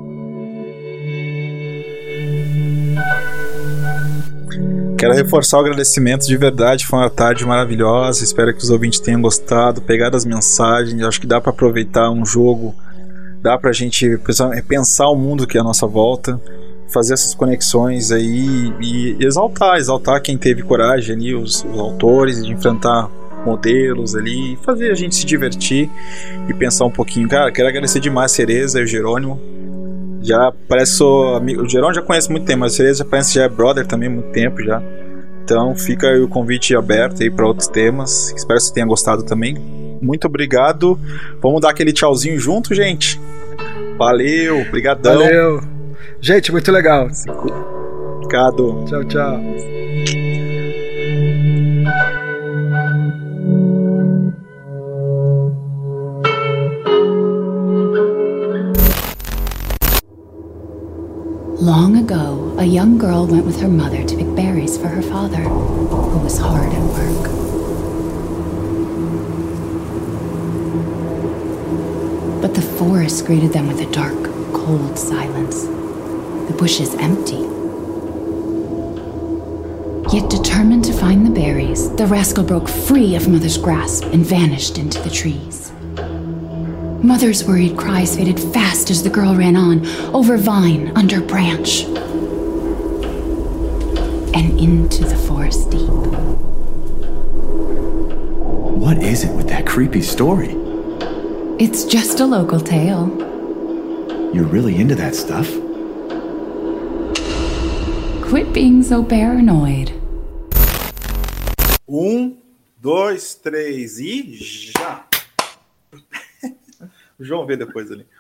Quero reforçar o agradecimento, de verdade, foi uma tarde maravilhosa, espero que os ouvintes tenham gostado, pegado as mensagens, acho que dá pra aproveitar um jogo, dá pra gente pensar o mundo que é a nossa volta, fazer essas conexões aí e exaltar quem teve coragem ali, os autores, de enfrentar modelos ali, fazer a gente se divertir e pensar um pouquinho. Cara, quero agradecer demais a Cereza e o Jerônimo. Já parece amigo. O Jerônimo já conhece muito tempo, mas o Cereza já é brother também há muito tempo já. Então fica aí o convite aberto aí para outros temas. Espero que você tenha gostado também. Muito obrigado. Vamos dar aquele tchauzinho junto, gente. Valeu, brigadão. Valeu. Gente, muito legal. Obrigado. Tchau, tchau. Long ago, a young girl went with her mother to pick berries for her father, who was hard at work. But the forest greeted them with a dark, cold silence, the bushes empty. Yet determined to find the berries, the rascal broke free of Mother's grasp and vanished into the trees. Mother's worried cries faded fast as the girl ran on, over vine, under branch, and into the forest deep. What is it with that creepy story? It's just a local tale. You're really into that stuff? Quit being so paranoid. 1, 2, 3 e já! O João vê depois ali.